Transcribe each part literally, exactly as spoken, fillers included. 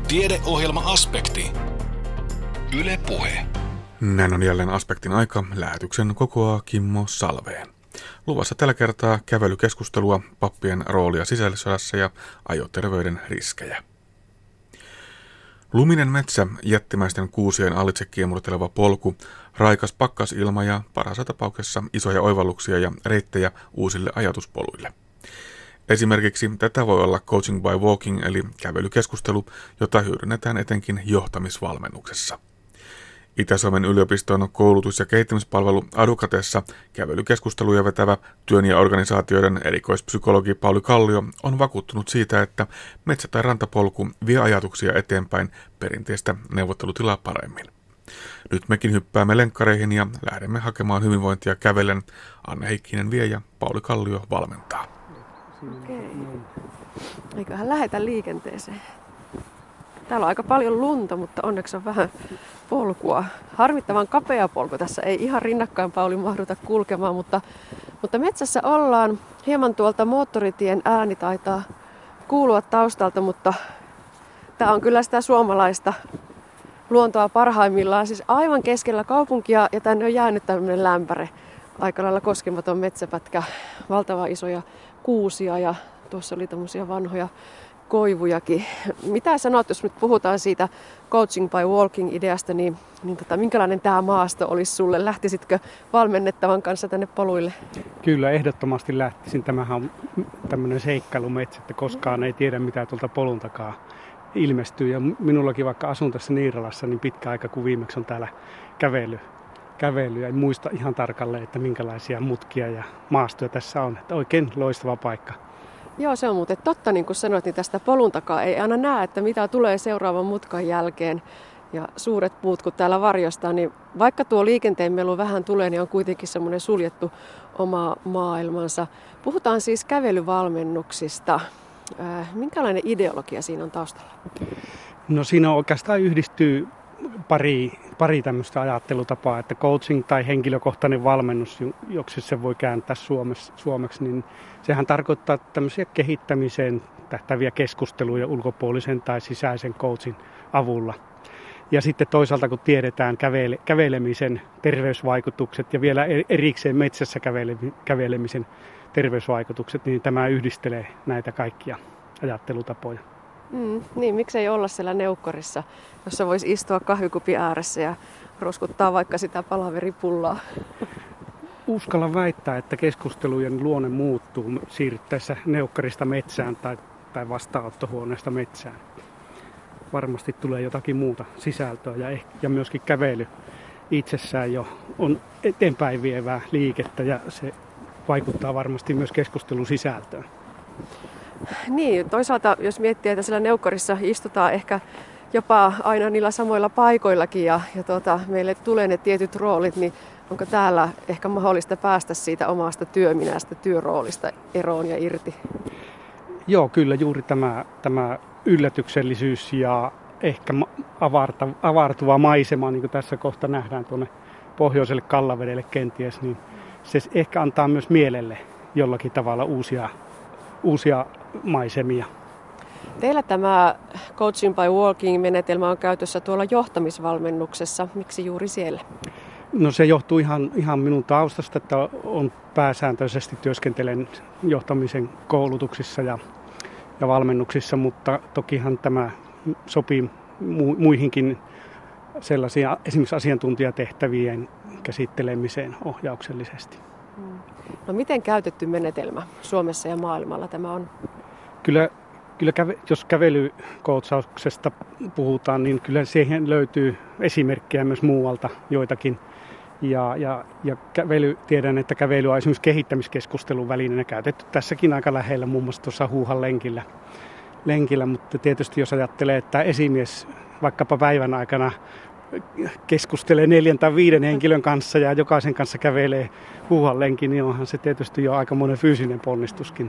Tiedeohjelma-aspekti. Yle Puhe. Näin on jälleen Aspektin aika. Lähetyksen kokoaa Kimmo Salveen. Luvassa tällä kertaa kävelykeskustelua, pappien roolia sisällissodassa ja ajoterveyden riskejä. Luminen metsä, jättimäisten kuusien alitse kiemurteleva polku, raikas pakkasilma ja parhaassa tapauksessa isoja oivalluksia ja reittejä uusille ajatuspoluille. Esimerkiksi tätä voi olla coaching by walking eli kävelykeskustelu, jota hyödynnetään etenkin johtamisvalmennuksessa. Itä-Suomen yliopiston koulutus- ja kehittämispalvelu Adukatessa kävelykeskusteluja vetävä työn ja organisaatioiden erikoispsykologi Pauli Kallio on vakuuttunut siitä, että metsä- tai rantapolku vie ajatuksia eteenpäin perinteistä neuvottelutilaa paremmin. Nyt mekin hyppäämme lenkkareihin ja lähdemme hakemaan hyvinvointia kävellen. Anne Heikkinen vie ja Pauli Kallio valmentaa. Okei. Eiköhän lähetä liikenteeseen. Täällä on aika paljon lunta, mutta onneksi on vähän polkua. Harmittavan kapea polku. Tässä ei ihan rinnakkain Pauli mahduta kulkemaan, mutta, mutta metsässä ollaan. Hieman tuolta moottoritien ääni taitaa kuulua taustalta, mutta tämä on kyllä sitä suomalaista luontoa parhaimmillaan. Siis aivan keskellä kaupunkia ja tänne on jäänyt tämmöinen lämpäre. Aika lailla koskematon metsäpätkä, valtavan isoja kuusia ja tuossa oli tämmöisiä vanhoja koivujakin. Mitä sanot, jos nyt puhutaan siitä coaching by walking ideasta, niin, niin tota, minkälainen tämä maasto olisi sulle? Lähtisitkö valmennettavan kanssa tänne poluille? Kyllä, ehdottomasti lähtisin. Tämähän on tämmöinen seikkailumetsä, että koskaan ei tiedä mitä tuolta polun takaa ilmestyy. Ja minullakin vaikka asun tässä Niiralassa, niin pitkä aika kun viimeksi on täällä kävely. kävely. Ja en muista ihan tarkalleen, että minkälaisia mutkia ja maastoja tässä on. Että oikein loistava paikka. Joo, se on muuten totta, niin kuin sanoit, niin tästä polun takaa ei aina näe, että mitä tulee seuraavan mutkan jälkeen. Ja suuret puut, kun täällä varjostaa, niin vaikka tuo liikenteen melu vähän tulee, niin on kuitenkin semmoinen suljettu oma maailmansa. Puhutaan siis kävelyvalmennuksista. Minkälainen ideologia siinä on taustalla? No siinä oikeastaan yhdistyy pari, pari tämmöistä ajattelutapaa, että coaching tai henkilökohtainen valmennus, joksi se voi kääntää suomeksi, suomeksi, niin sehän tarkoittaa tämmöisiä kehittämiseen tähtäviä keskusteluja ulkopuolisen tai sisäisen coachin avulla. Ja sitten toisaalta kun tiedetään kävele, kävelemisen terveysvaikutukset ja vielä erikseen metsässä kävele, kävelemisen terveysvaikutukset, niin tämä yhdistelee näitä kaikkia ajattelutapoja. Mm, niin, miksei olla siellä neukkarissa, jossa voisi istua kahvikupin ääressä ja roskuttaa vaikka sitä palaveripullaa. Uskallan väittää, että keskustelujen luonne muuttuu siirryttäessä neukkarista metsään tai, tai vastaanottohuoneesta metsään. Varmasti tulee jotakin muuta sisältöä ja, ehkä, ja myöskin kävely itsessään jo on eteenpäin vievää liikettä ja se vaikuttaa varmasti myös keskustelun sisältöön. Niin, toisaalta jos miettii, että siellä neukkarissa istutaan ehkä jopa aina niillä samoilla paikoillakin ja, ja tuota, meille tulee ne tietyt roolit, niin onko täällä ehkä mahdollista päästä siitä omasta työminästä, työroolista eroon ja irti? Joo, kyllä juuri tämä, tämä yllätyksellisyys ja ehkä avarta, avartuva maisema, niin kuin tässä kohta nähdään tuonne pohjoiselle Kallavedelle kenties, niin se ehkä antaa myös mielelle jollakin tavalla uusia uusia maisemia. Teillä tämä coaching by walking-menetelmä on käytössä tuolla johtamisvalmennuksessa. Miksi juuri siellä? No se johtuu ihan, ihan minun taustasta, että on pääsääntöisesti työskentelen johtamisen koulutuksissa ja, ja valmennuksissa, mutta tokihan tämä sopii mu- muihinkin sellaisia esimerkiksi asiantuntijatehtävien käsittelemiseen ohjauksellisesti. No miten käytetty menetelmä Suomessa ja maailmalla tämä on? Kyllä, kyllä käve, jos kävelykoutsauksesta puhutaan, niin kyllä siihen löytyy esimerkkejä myös muualta joitakin. Ja, ja, ja kävely, tiedän, että kävely on esimerkiksi kehittämiskeskustelun välineenä käytetty tässäkin aika lähellä, muun muassa tuossa Huuhan lenkillä. lenkillä. Mutta tietysti jos ajattelee, että esimies vaikkapa päivän aikana keskustelee neljän tai viiden henkilön kanssa ja jokaisen kanssa kävelee Huuhan lenkin, niin onhan se tietysti jo aikamoinen fyysinen ponnistuskin.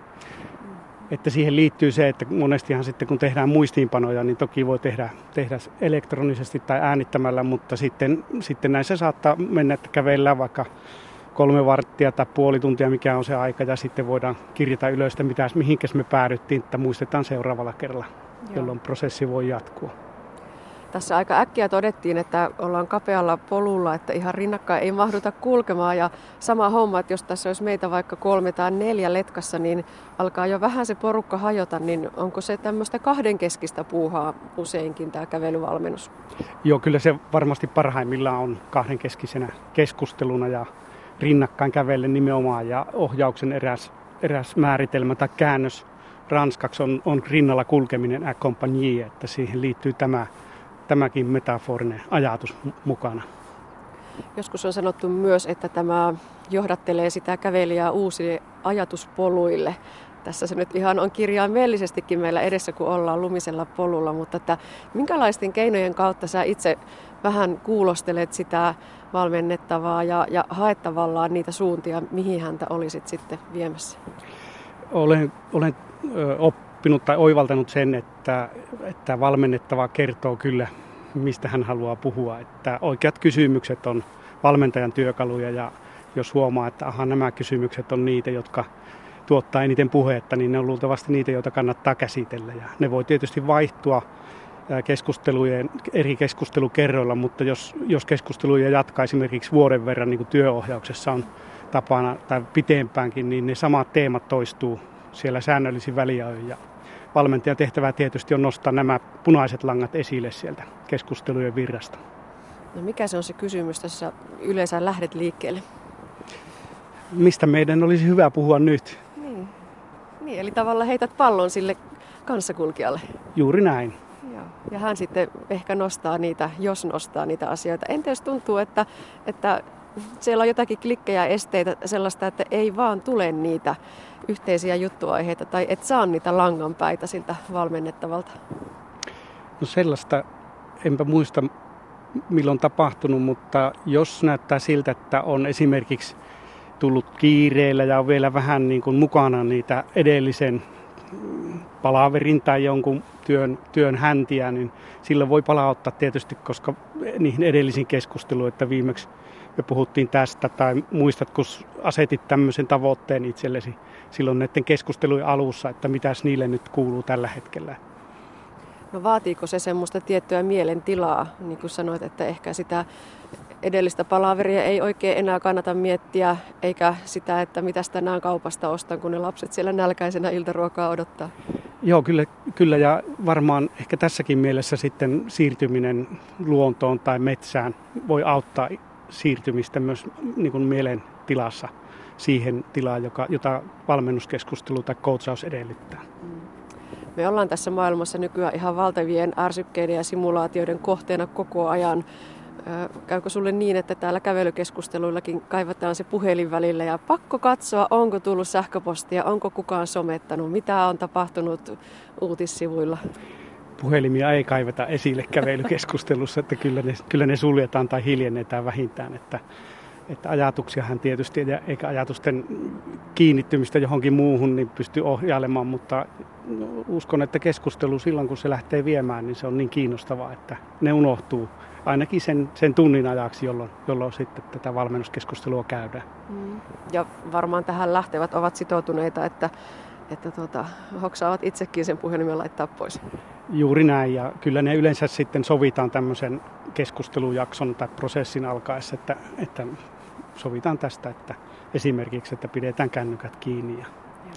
Että siihen liittyy se, että monestihan sitten kun tehdään muistiinpanoja, niin toki voi tehdä, tehdä elektronisesti tai äänittämällä, mutta sitten, sitten näissä saattaa mennä, että kävellään vaikka kolme varttia tai puoli tuntia, mikä on se aika, ja sitten voidaan kirjata ylös, että mitäs, mihinkäs me päädyttiin, että muistetaan seuraavalla kerralla Joo. jolloin prosessi voi jatkua. Tässä aika äkkiä todettiin, että ollaan kapealla polulla, että ihan rinnakkain ei mahduta kulkemaan. Ja sama homma, että jos tässä olisi meitä vaikka kolme tai neljä letkassa, niin alkaa jo vähän se porukka hajota. Niin onko se tämmöistä kahdenkeskistä puuhaa useinkin tämä kävelyvalmennus? Joo, kyllä se varmasti parhaimmillaan on kahdenkeskisenä keskusteluna ja rinnakkain kävellen nimenomaan. Ja ohjauksen eräs, eräs määritelmä tai käännös ranskaksi on, on rinnalla kulkeminen accompagné, että siihen liittyy tämä tämäkin metaforinen ajatus mukana. Joskus on sanottu myös, että tämä johdattelee sitä kävelijää uusille ajatuspoluille. Tässä se nyt ihan on kirjaimellisestikin meillä edessä, kun ollaan lumisella polulla, mutta että minkälaisten keinojen kautta sä itse vähän kuulostelet sitä valmennettavaa ja, ja haet tavallaan niitä suuntia, mihin häntä olisit sitten viemässä? Olen, olen ö, oppinut tai oivaltanut sen, että, että valmennettava kertoo kyllä, mistä hän haluaa puhua. Että oikeat kysymykset on valmentajan työkaluja ja jos huomaa, että aha, nämä kysymykset on niitä, jotka tuottaa eniten puhetta, niin ne on luultavasti niitä, joita kannattaa käsitellä. Ja ne voi tietysti vaihtua keskustelujen, eri keskustelukerroilla, mutta jos, jos keskusteluja jatkaa esimerkiksi vuoden verran, niin kuin työohjauksessa on tapana tai pitempäänkin, niin ne samat teemat toistuu siellä säännöllisin väliajoin. Ja valmentajan tehtävä tietysti on nostaa nämä punaiset langat esille sieltä keskustelujen virrasta. No mikä se on se kysymys tässä yleensä lähdet liikkeelle? Mistä meidän olisi hyvä puhua nyt? Niin, niin eli tavallaan heität pallon sille kanssakulkijalle. Juuri näin. Joo. Ja hän sitten ehkä nostaa niitä, jos nostaa niitä asioita. Entä jos tuntuu, että, että siellä on jotakin klikkejä esteitä sellaista, että ei vaan tule niitä yhteisiä juttuaiheita tai et saa niitä langanpäitä siltä valmennettavalta? No sellaista enpä muista milloin tapahtunut, mutta jos näyttää siltä, että on esimerkiksi tullut kiireellä ja on vielä vähän niin kuin mukana niitä edellisen palaverin tai jonkun työn, työn häntiä, niin silloin voi palauttaa tietysti, koska niihin edellisiin keskusteluihin, että viimeksi me puhuttiin tästä tai muistat, kun asetit tämmöisen tavoitteen itsellesi silloin näiden keskustelujen alussa, että mitäs niille nyt kuuluu tällä hetkellä. No vaatiiko se semmoista tiettyä mielentilaa, niin kuin sanoit, että ehkä sitä edellistä palaveria ei oikein enää kannata miettiä, eikä sitä, että mitäs tänään kaupasta ostan, kun ne lapset siellä nälkäisenä iltaruokaa odottaa. Joo, kyllä, kyllä ja varmaan ehkä tässäkin mielessä sitten siirtyminen luontoon tai metsään voi auttaa siirtymistä myös niin kuin mielentilassa siihen tilaan, joka, jota valmennuskeskustelu tai coachaus edellyttää. Me ollaan tässä maailmassa nykyään ihan valtavien ärsykkeiden ja simulaatioiden kohteena koko ajan. Käykö sulle niin, että täällä kävelykeskusteluillakin kaivataan se puhelin välillä ja pakko katsoa, onko tullut sähköpostia, onko kukaan somettanut, mitä on tapahtunut uutissivuilla? Puhelimia ei kaiveta esille kävelykeskustelussa, että kyllä ne, kyllä ne suljetaan tai hiljennetään vähintään. Että, että ajatuksiahan tietysti, eikä ajatusten kiinnittymistä johonkin muuhun niin pystyy ohjailemaan, mutta uskon, että keskustelu silloin kun se lähtee viemään, niin se on niin kiinnostavaa, että ne unohtuu. Ainakin sen, sen tunnin ajaksi, jolloin, jolloin sitten tätä valmennuskeskustelua käydään. Mm. Ja varmaan tähän lähtevät ovat sitoutuneita, että, että tuota, hoksaavat itsekin sen puhelimen laittaa pois. Juuri näin, ja kyllä ne yleensä sitten sovitaan tämmöisen keskustelujakson tai prosessin alkaessa, että, että sovitaan tästä, että esimerkiksi, että pidetään kännykät kiinni ja,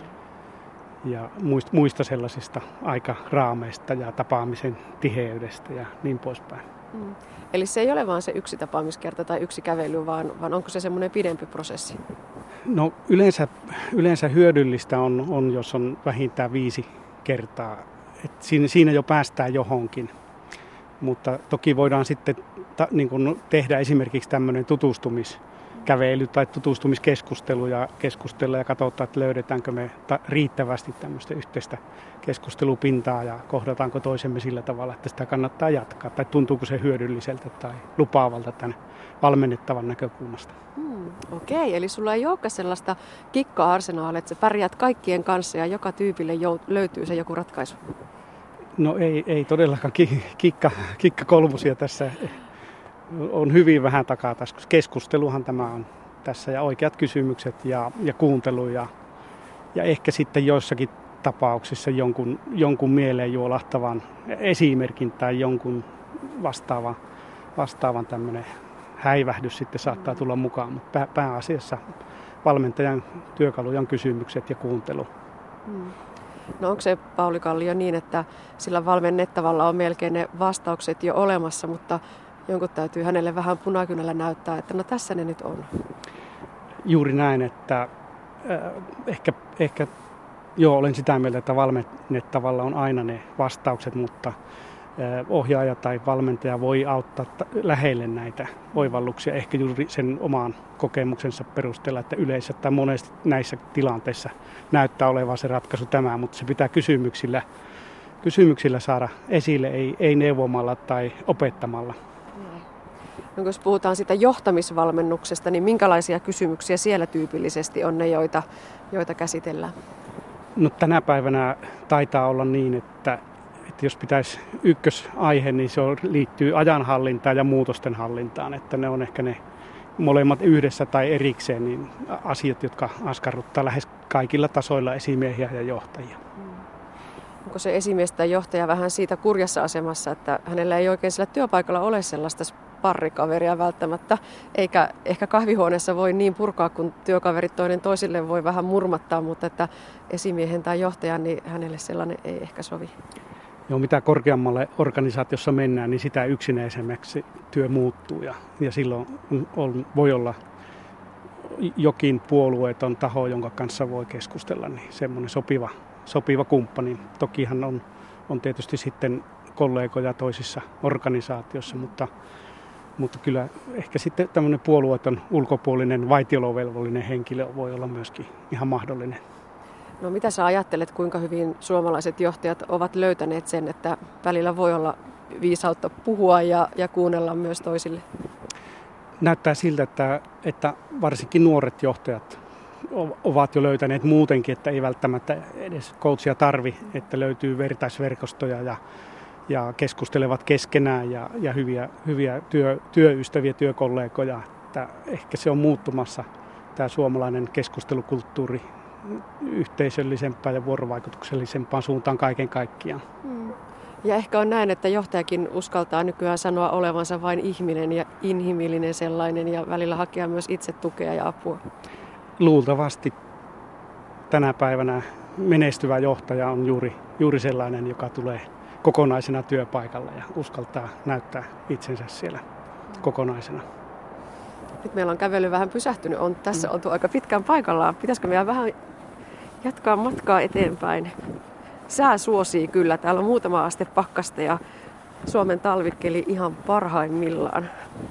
ja muista sellaisista aikaraameista ja tapaamisen tiheydestä ja niin poispäin. Mm. Eli se ei ole vaan se yksi tapaamiskerta tai yksi kävely, vaan, vaan onko se semmoinen pidempi prosessi? No yleensä, yleensä hyödyllistä on, on, jos on vähintään viisi kertaa. Et siinä, siinä jo päästään johonkin. Mutta toki voidaan sitten ta, niin kun tehdä esimerkiksi tämmöinen tutustumiskävely tai tutustumiskeskustelu ja keskustella ja katsotaan, että löydetäänkö me ta, riittävästi tämmöistä yhteistä keskustelupintaa ja kohdataanko toisemme sillä tavalla, että sitä kannattaa jatkaa. Tai tuntuuko se hyödylliseltä tai lupaavalta tämän valmennettavan näkökulmasta. Hmm, okei, eli sulla ei olekaan sellaista kikka-arsenaalia, että sä pärjäät kaikkien kanssa ja joka tyypille jou- löytyy se joku ratkaisu? No ei, ei todellakaan kikka, kikka kolmosia tässä on hyvin vähän takaa tässä, koska keskusteluhan tämä on tässä ja oikeat kysymykset ja, ja kuuntelu ja, ja ehkä sitten joissakin tapauksissa jonkun, jonkun mieleen juolahtavan esimerkin tai jonkun vastaavan, vastaavan tämmöinen häivähdys sitten saattaa tulla mukaan, mutta pääasiassa valmentajan työkaluja on kysymykset ja kuuntelu. Mm. No onko se, Pauli Kallio, niin, että sillä valmennettavalla on melkein ne vastaukset jo olemassa, mutta jonkun täytyy hänelle vähän punakynällä näyttää, että no tässä ne nyt on. Juuri näin, että äh, ehkä, ehkä joo, olen sitä mieltä, että valmennettavalla on aina ne vastaukset, mutta äh, ohjaaja tai valmentaja voi auttaa t- lähelle näitä oivalluksia, ehkä juuri sen oman kokemuksensa perusteella, että yleensä tai monesti näissä tilanteissa näyttää olevan se ratkaisu tämä, mutta se pitää kysymyksillä, kysymyksillä saada esille, ei, ei neuvomalla tai opettamalla. No, jos puhutaan siitä johtamisvalmennuksesta, niin minkälaisia kysymyksiä siellä tyypillisesti on ne, joita, joita käsitellään? No, tänä päivänä taitaa olla niin, että, että jos pitäisi ykkösaihe, niin se on, liittyy ajanhallintaan ja muutosten hallintaan, että ne on ehkä ne molemmat yhdessä tai erikseen niin asiat, jotka askarruttaa lähes kaikilla tasoilla esimiehiä ja johtajia. Onko se esimies tai johtaja vähän siitä kurjassa asemassa, että hänellä ei oikein sillä työpaikalla ole sellaista sparrikaveria välttämättä, eikä ehkä kahvihuoneessa voi niin purkaa, kun työkaverit toinen toisille voi vähän murmattaa, mutta että esimiehen tai johtajan, niin hänelle sellainen ei ehkä sovi. Joo, mitä korkeammalle organisaatiossa mennään, niin sitä yksinäisemmäksi työ muuttuu ja, ja silloin on, voi olla jokin puolueeton taho, jonka kanssa voi keskustella, niin semmoinen sopiva, sopiva kumppani. Tokihan on, on tietysti sitten kollegoja toisissa organisaatioissa, mutta, mutta kyllä ehkä sitten tämmöinen puolueeton ulkopuolinen vaitiolovelvollinen henkilö voi olla myöskin ihan mahdollinen. No mitä sä ajattelet, kuinka hyvin suomalaiset johtajat ovat löytäneet sen, että välillä voi olla viisautta puhua ja, ja kuunnella myös toisille? Näyttää siltä, että, että varsinkin nuoret johtajat ovat jo löytäneet muutenkin, että ei välttämättä edes coachia tarvi, että löytyy vertaisverkostoja ja, ja keskustelevat keskenään ja, ja hyviä, hyviä työ, työystäviä, työkollegoja. Että ehkä se on muuttumassa, tämä suomalainen keskustelukulttuuri, yhteisöllisempään ja vuorovaikutuksellisempaan suuntaan kaiken kaikkiaan. Hmm. Ja ehkä on näin, että johtajakin uskaltaa nykyään sanoa olevansa vain ihminen ja inhimillinen sellainen ja välillä hakea myös itse tukea ja apua. Luultavasti tänä päivänä menestyvä johtaja on juuri, juuri sellainen, joka tulee kokonaisena työpaikalla ja uskaltaa näyttää itsensä siellä kokonaisena. Nyt meillä on kävely vähän pysähtynyt, on tässä oltu aika pitkään paikallaan. Pitäisikö meidän vähän jatkaa matkaa eteenpäin? Sää suosii kyllä. Täällä on muutama aste pakkasta ja Suomen talvikeli ihan parhaimmillaan.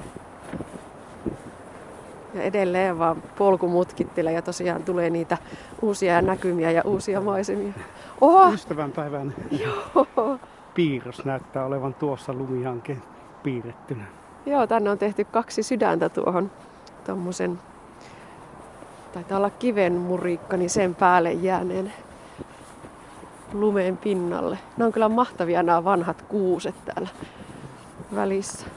Ja edelleen vaan polku mutkittelee ja tosiaan tulee niitä uusia näkymiä ja uusia maisemia. Oho! Ystävänpäivän Joo. piirros näyttää olevan tuossa lumihanke piirrettynä. Joo, tänne on tehty kaksi sydäntä tuohon tommosen, taitaa olla kiven murikka, niin sen päälle jääneen lumeen pinnalle. Nämä on kyllä mahtavia nämä vanhat kuuset täällä välissä.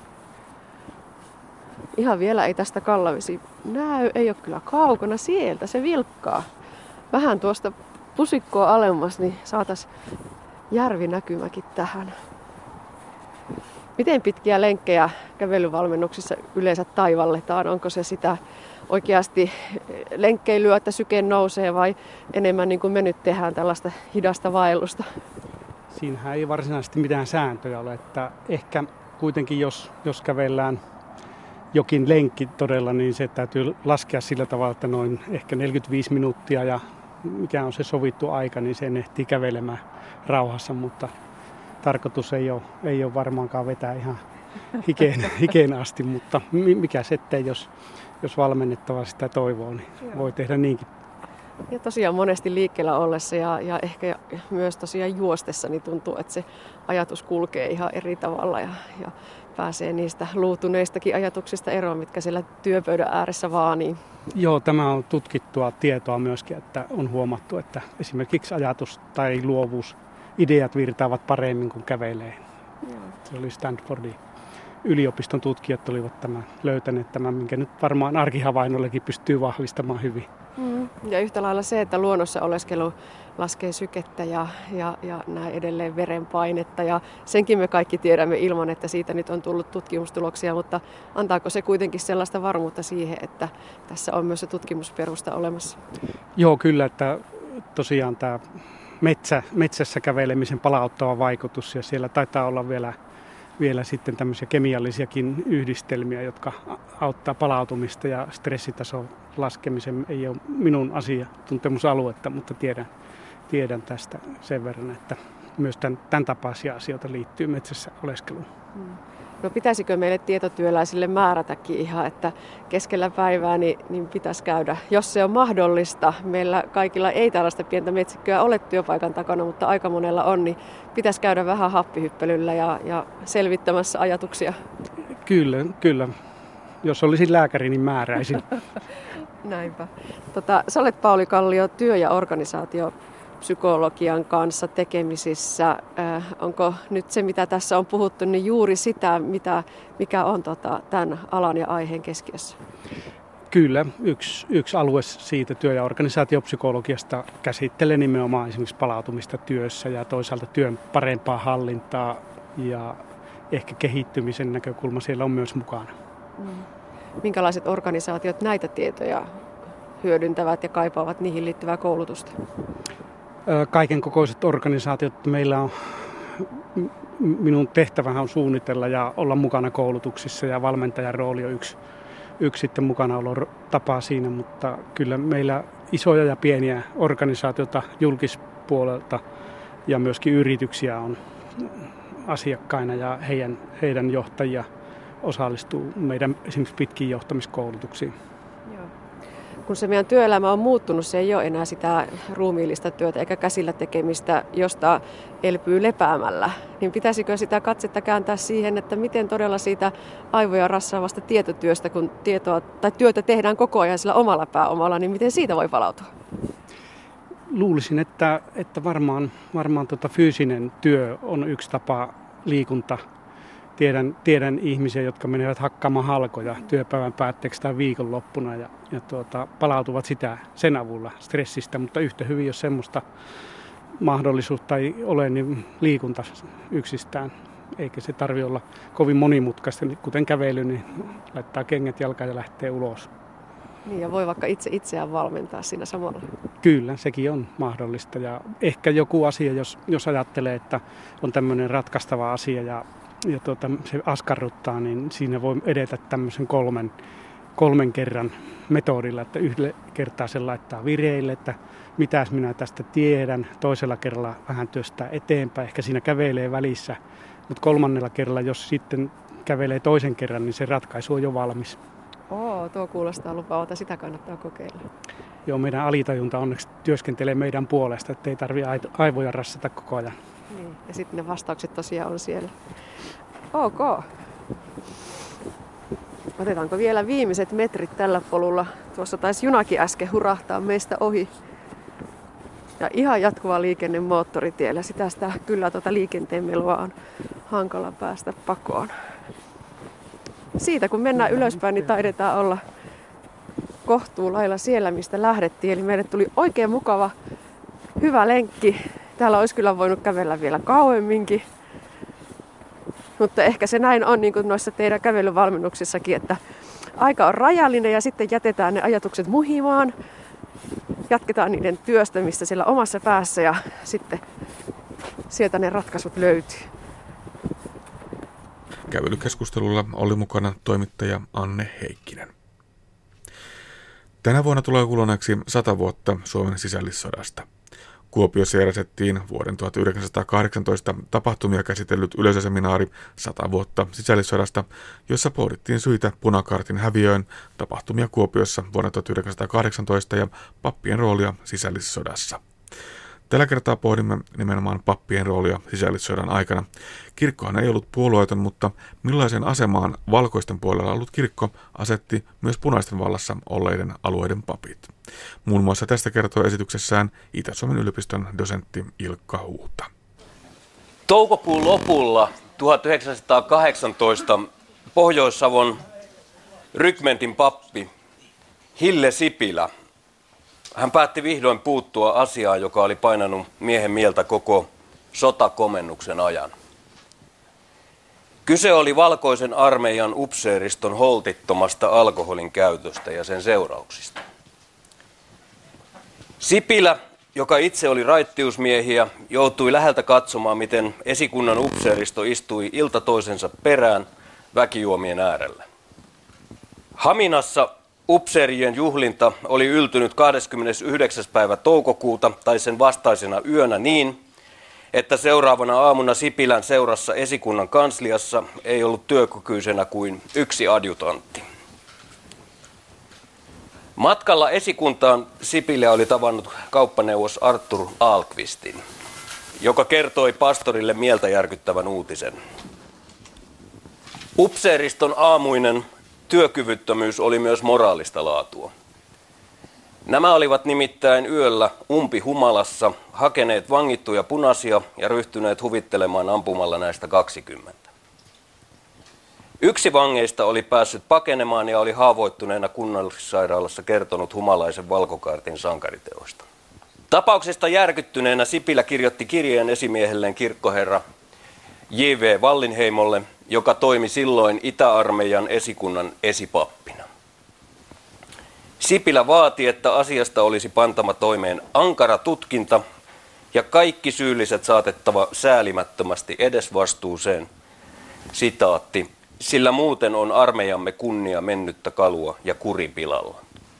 Ihan vielä ei tästä Kallavesi näy, ei ole kyllä kaukana sieltä, se vilkkaa. Vähän tuosta pusikkoa alemmas, niin saataisiin järvinäkymäkin tähän. Miten pitkiä lenkkejä kävelyvalmennuksissa yleensä taivalletaan? Onko se sitä oikeasti lenkkeilyä, että syke nousee vai enemmän niin kuin me nyt tehdään tällaista hidasta vaellusta? Siinähän ei varsinaisesti mitään sääntöjä ole, että ehkä kuitenkin jos, jos kävellään jokin lenkki todella, niin se täytyy laskea sillä tavalla, että noin ehkä neljäkymmentäviisi minuuttia ja mikä on se sovittu aika, niin sen ehtii kävelemään rauhassa, mutta tarkoitus ei ole, ei ole varmaankaan vetää ihan hikeen, hikeen asti, mutta mikä sitten, jos, jos valmennettava sitä toivoo, niin Joo. voi tehdä niinkin. Ja tosiaan monesti liikkeellä ollessa ja, ja ehkä myös tosiaan juostessa niin tuntuu, että se ajatus kulkee ihan eri tavalla ja, ja pääsee niistä luutuneistakin ajatuksista eroon, mitkä siellä työpöydän ääressä vaanii. Joo, tämä on tutkittua tietoa myöskin, että on huomattu, että esimerkiksi ajatus tai luovuus, ideat virtaavat paremmin kuin kävelee. Joo. Se oli Stanfordin yliopiston tutkijat olivat tämän, löytäneet tämän, minkä nyt varmaan arkihavainnollekin pystyy vahvistamaan hyvin. Mm. Ja yhtä lailla se, että luonnossa oleskelu laskee sykettä ja, ja, ja näin edelleen verenpainetta. Ja senkin me kaikki tiedämme ilman, että siitä nyt on tullut tutkimustuloksia, mutta antaako se kuitenkin sellaista varmuutta siihen, että tässä on myös se tutkimusperusta olemassa? Joo, kyllä, että tosiaan tämä metsä, metsässä kävelemisen palauttava vaikutus ja siellä taitaa olla vielä, vielä sitten tämmöisiä kemiallisiakin yhdistelmiä, jotka auttaa palautumista ja stressitason laskemisen. Ei ole minun asiantuntemusaluetta, mutta tiedän, tiedän tästä sen verran, että myös tämän, tämän tapaisia asioita liittyy metsässä oleskeluun. No pitäisikö meille tietotyöläisille määrätäkin ihan, että keskellä päivää niin, niin pitäisi käydä, jos se on mahdollista. Meillä kaikilla ei tällaista pientä metsikköä ole työpaikan takana, mutta aika monella on, niin pitäisi käydä vähän happihyppelyllä ja, ja selvittämässä ajatuksia. Kyllä, kyllä. Jos olisin lääkäri, niin määräisin. Näinpä. Tota, sä olet Pauli Kallio työ- ja organisaatiopsykologian kanssa tekemisissä. Äh, onko nyt se, mitä tässä on puhuttu, niin juuri sitä, mitä, mikä on tota, tämän alan ja aiheen keskiössä? Kyllä. Yksi, yksi alue siitä työ- ja organisaatiopsykologiasta käsittelee nimenomaan esimerkiksi palautumista työssä ja toisaalta työn parempaa hallintaa ja ehkä kehittymisen näkökulma siellä on myös mukana. Mm. Minkälaiset organisaatiot näitä tietoja hyödyntävät ja kaipaavat niihin liittyvää koulutusta? Kaiken kokoiset organisaatiot. Meillä on, minun tehtävähän on suunnitella ja olla mukana koulutuksissa ja valmentajan rooli on yksi, yksi sitten mukanaolon tapa siinä, mutta kyllä meillä isoja ja pieniä organisaatioita julkispuolelta ja myöskin yrityksiä on asiakkaina ja heidän, heidän johtajia osallistuu meidän esimerkiksi pitkiin johtamiskoulutuksiin. Joo. Kun se meidän työelämä on muuttunut, se ei ole enää sitä ruumiillista työtä eikä käsillä tekemistä, josta elpyy lepäämällä, niin pitäisikö sitä katsetta kääntää siihen, että miten todella siitä aivoja rassaavasta tietotyöstä, kun tietoa tai työtä tehdään koko ajan sillä omalla pääomalla, niin miten siitä voi palautua? Luulisin, että, että varmaan, varmaan tota fyysinen työ on yksi tapa liikunta. Tiedän, tiedän ihmisiä, jotka menevät hakkaamaan halkoja työpäivän päätteeksi tai viikonloppuna ja, ja tuota, palautuvat sitä sen avulla stressistä, mutta yhtä hyvin, jos semmoista mahdollisuutta ei ole, niin liikunta yksistään, eikä se tarvitse olla kovin monimutkaista, kuten kävely, niin laittaa kengät jalkaan ja lähtee ulos. Niin, ja voi vaikka itse itseään valmentaa siinä samalla. Kyllä, sekin on mahdollista ja ehkä joku asia, jos, jos ajattelee, että on tämmöinen ratkaistava asia ja ja tuota, se askarruttaa, niin siinä voi edetä tämmöisen kolmen, kolmen kerran metodilla, että yhdellä kertaa se laittaa vireille, että mitäs minä tästä tiedän, toisella kerralla vähän työstää eteenpäin, ehkä siinä kävelee välissä, mutta kolmannella kerralla, jos sitten kävelee toisen kerran, niin se ratkaisu on jo valmis. Oo, tuo kuulostaa lupaavalta, sitä kannattaa kokeilla. Joo, meidän alitajunta onneksi työskentelee meidän puolesta, että ei tarvitse aivoja rassata koko ajan. Niin, ja sitten ne vastaukset tosiaan on siellä. Ok. Otetaanko vielä viimeiset metrit tällä polulla? Tuossa taisi junakin äsken hurahtaa meistä ohi. Ja ihan jatkuva liikenne moottoritiellä. Sitä sitä kyllä tuota liikenteen melua on hankala päästä pakoon. Siitä kun mennään ylöspäin, niin taidetaan olla kohtuulailla siellä, mistä lähdettiin. Eli meille tuli oikein mukava, hyvä lenkki. Täällä olisi kyllä voinut kävellä vielä kauemminkin. Mutta ehkä se näin on niin kuin noissa teidän kävelyvalmennuksissakin, että aika on rajallinen ja sitten jätetään ne ajatukset muhimaan. Jatketaan niiden työstämistä siellä omassa päässä ja sitten sieltä ne ratkaisut löytyy. Kävelykeskustelulla oli mukana toimittaja Anne Heikkinen. Tänä vuonna tulee kuluneeksi sata vuotta Suomen sisällissodasta. Kuopiossa järjestettiin vuoden tuhatyhdeksänsataakahdeksantoista tapahtumia käsitellyt yleisöseminaari sata vuotta sisällissodasta, jossa pohdittiin syitä punakaartin häviöön, tapahtumia Kuopiossa vuonna tuhatyhdeksänsataakahdeksantoista ja pappien roolia sisällissodassa. Tällä kertaa pohdimme nimenomaan pappien roolia sisällissodan aikana. Kirkkohan ei ollut puolueeton, mutta millaiseen asemaan valkoisten puolella ollut kirkko asetti myös punaisten vallassa olleiden alueiden papit. Muun muassa tästä kertoo esityksessään Itä-Suomen yliopiston dosentti Ilkka Huuta. Toukokuun lopulla tuhatyhdeksänsataakahdeksantoista Pohjois-Savon rykmentin pappi Hille Sipilä hän päätti vihdoin puuttua asiaan, joka oli painanut miehen mieltä koko sotakomennuksen ajan. Kyse oli valkoisen armeijan upseeriston holtittomasta alkoholin käytöstä ja sen seurauksista. Sipilä, joka itse oli raittiusmiehiä, joutui läheltä katsomaan, miten esikunnan upseeristo istui ilta toisensa perään väkijuomien äärellä. Haminassa upseerien juhlinta oli yltynyt kahdeskymmenesyhdeksäs päivä toukokuuta tai sen vastaisena yönä niin, että seuraavana aamuna Sipilän seurassa esikunnan kansliassa ei ollut työkykyisenä kuin yksi adjutantti. Matkalla esikuntaan Sipilä oli tavannut kauppaneuvos Arthur Ahlqvistin, joka kertoi pastorille mieltä järkyttävän uutisen. Upseeriston aamuinen työkyvyttömyys oli myös moraalista laatua. Nämä olivat nimittäin yöllä umpihumalassa hakeneet vangittuja punaisia ja ryhtyneet huvittelemaan ampumalla näistä kaksikymmentä. Yksi vangeista oli päässyt pakenemaan ja oli haavoittuneena kunnallissairaalassa kertonut humalaisen valkokaartin sankariteoista. Tapauksesta järkyttyneenä Sipilä kirjoitti kirjeen esimiehelleen kirkkoherra J V Wallinheimolle, joka toimi silloin Itä-armeijan esikunnan esipappina. Sipilä vaati, että asiasta olisi pantama toimeen ankara tutkinta ja kaikki syylliset saatettava säälimättömästi edesvastuuseen. Sitaatti, sillä muuten on armeijamme kunnia mennyttä kalua ja kuripilalla.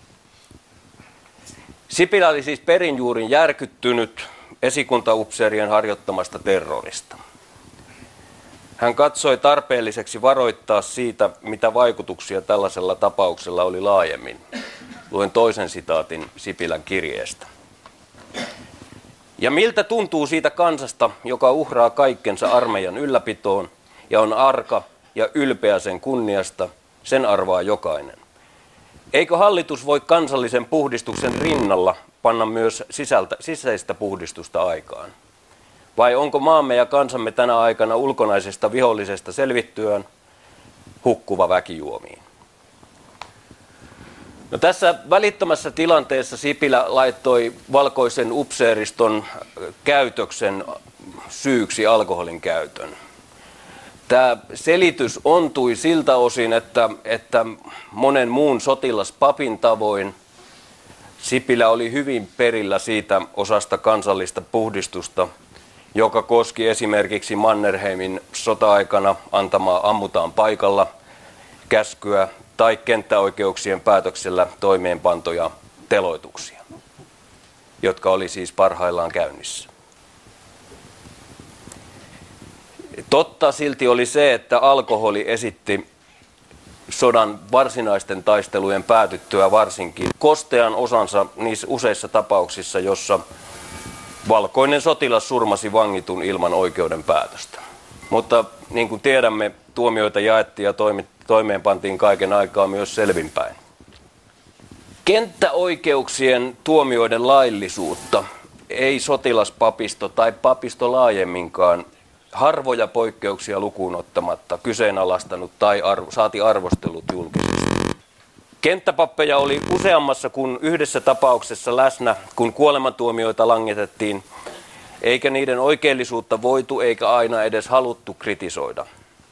Sipilä oli siis perinjuurin järkyttynyt esikuntaupseerien harjoittamasta terrorista. Hän katsoi tarpeelliseksi varoittaa siitä, mitä vaikutuksia tällaisella tapauksella oli laajemmin. Luen toisen sitaatin Sipilän kirjeestä. Ja miltä tuntuu siitä kansasta, joka uhraa kaikkensa armeijan ylläpitoon ja on arka ja ylpeä sen kunniasta, sen arvaa jokainen. Eikö hallitus voi kansallisen puhdistuksen rinnalla panna myös sisältä, sisäistä puhdistusta aikaan? Vai onko maamme ja kansamme tänä aikana ulkonaisesta vihollisesta selvittyään hukkuva väkijuomiin? No tässä välittömässä tilanteessa Sipilä laittoi valkoisen upseeriston käytöksen syyksi alkoholin käytön. Tämä selitys ontui siltä osin, että, että monen muun sotilaspapin tavoin Sipilä oli hyvin perillä siitä osasta kansallista puhdistusta, joka koski esimerkiksi Mannerheimin sota-aikana antamaa ammutaan paikalla käskyä tai kenttäoikeuksien päätöksellä toimeenpantoja teloituksia, jotka oli siis parhaillaan käynnissä. Totta silti oli se, että alkoholi esitti sodan varsinaisten taistelujen päätyttyä varsinkin kostean osansa niissä useissa tapauksissa, jossa valkoinen sotilas surmasi vangitun ilman oikeuden päätöstä. Mutta niin kuin tiedämme, tuomioita jaettiin ja toimeenpantiin kaiken aikaa myös selvinpäin. Kenttäoikeuksien tuomioiden laillisuutta ei sotilaspapisto tai papisto laajemminkaan harvoja poikkeuksia lukuun ottamatta kyseenalaistanut tai arvo, saati arvostellut julkisesti. Kenttäpappeja oli useammassa kuin yhdessä tapauksessa läsnä, kun kuolemantuomioita langetettiin, eikä niiden oikeellisuutta voitu eikä aina edes haluttu kritisoida.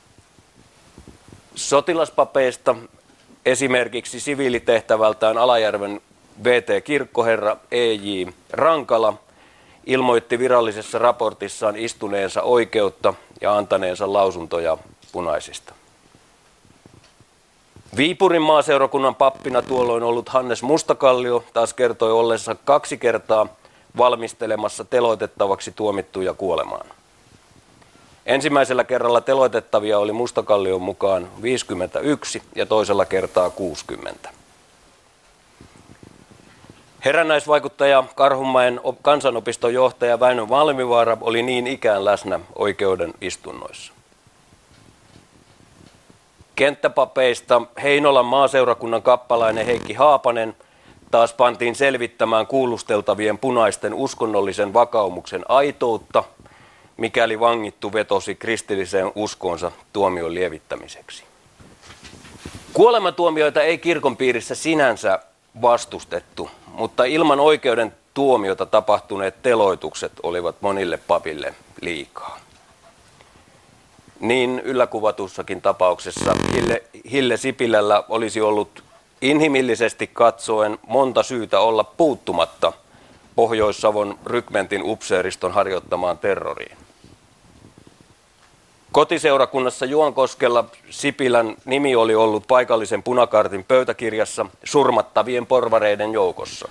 Sotilaspapeista esimerkiksi siviilitehtävältään Alajärven V T-kirkkoherra E J Rankala ilmoitti virallisessa raportissaan istuneensa oikeutta ja antaneensa lausuntoja punaisista. Viipurin maaseurakunnan pappina tuolloin ollut Hannes Mustakallio taas kertoi olleensa kaksi kertaa valmistelemassa teloitettavaksi tuomittuja kuolemaan. Ensimmäisellä kerralla teloitettavia oli Mustakallion mukaan viisikymmentäyksi ja toisella kertaa kuusikymmentä. Herännäisvaikuttaja Karhunmäen kansanopiston johtaja Väinö Malmivaara oli niin ikään läsnä oikeuden istunnoissa. Kenttäpapeista Heinolan maaseurakunnan kappalainen Heikki Haapanen taas pantiin selvittämään kuulusteltavien punaisten uskonnollisen vakaumuksen aitoutta, mikäli vangittu vetosi kristilliseen uskoonsa tuomion lievittämiseksi. Kuolematuomioita ei kirkon piirissä sinänsä vastustettu, mutta ilman oikeuden tuomiota tapahtuneet teloitukset olivat monille papille liikaa. Niin ylläkuvatussakin tapauksessa Hille, Hille Sipilällä olisi ollut inhimillisesti katsoen monta syytä olla puuttumatta Pohjois-Savon rykmentin upseeriston harjoittamaan terroriin. Kotiseurakunnassa Juankoskella Sipilän nimi oli ollut paikallisen punakartin pöytäkirjassa surmattavien porvareiden joukossa.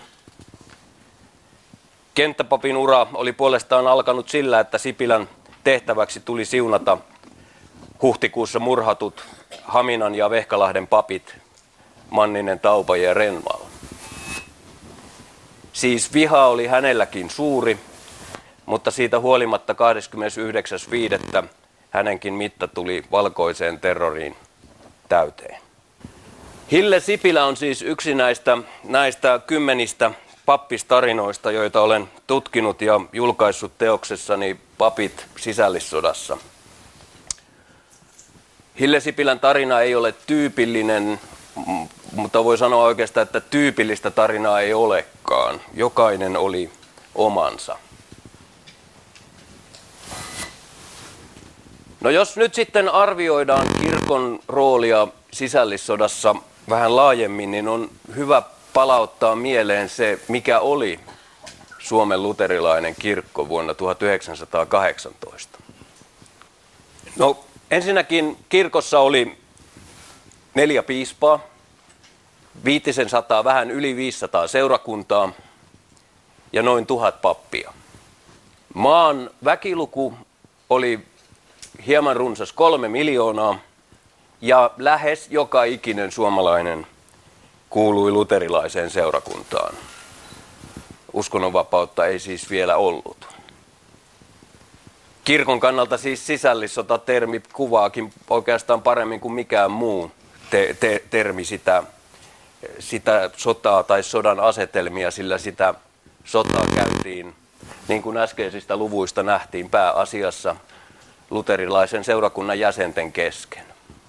Kenttäpapin ura oli puolestaan alkanut sillä, että Sipilän tehtäväksi tuli siunata huhtikuussa murhatut Haminan ja Vehkalahden papit Manninen, Taupaja ja Renvall. Siis viha oli hänelläkin suuri, mutta siitä huolimatta kahdeskymmenesyhdeksäs viidettä hänenkin mitta tuli valkoiseen terroriin täyteen. Hille Sipilä on siis yksi näistä, näistä kymmenistä pappistarinoista, joita olen tutkinut ja julkaissut teoksessani Papit sisällissodassa. Hille Sipilän tarina ei ole tyypillinen, mutta voi sanoa oikeastaan, että tyypillistä tarinaa ei olekaan. Jokainen oli omansa. No jos nyt sitten arvioidaan kirkon roolia sisällissodassa vähän laajemmin, niin on hyvä palauttaa mieleen se, mikä oli Suomen luterilainen kirkko vuonna tuhatyhdeksänsataakahdeksantoista. No ensinnäkin kirkossa oli neljä piispaa, viitisen sataa, vähän yli viisisataa seurakuntaa ja noin tuhat pappia. Maan väkiluku oli hieman runsas kolme miljoonaa ja lähes joka ikinen suomalainen kuului luterilaiseen seurakuntaan. Uskonnonvapautta ei siis vielä ollut. Kirkon kannalta siis sisällissota-termi kuvaakin oikeastaan paremmin kuin mikään muu te- te- termi sitä, sitä sotaa tai sodan asetelmia, sillä sitä sotaa käytiin, niin kuin äskeisistä luvuista nähtiin, pääasiassa luterilaisen seurakunnan jäsenten kesken.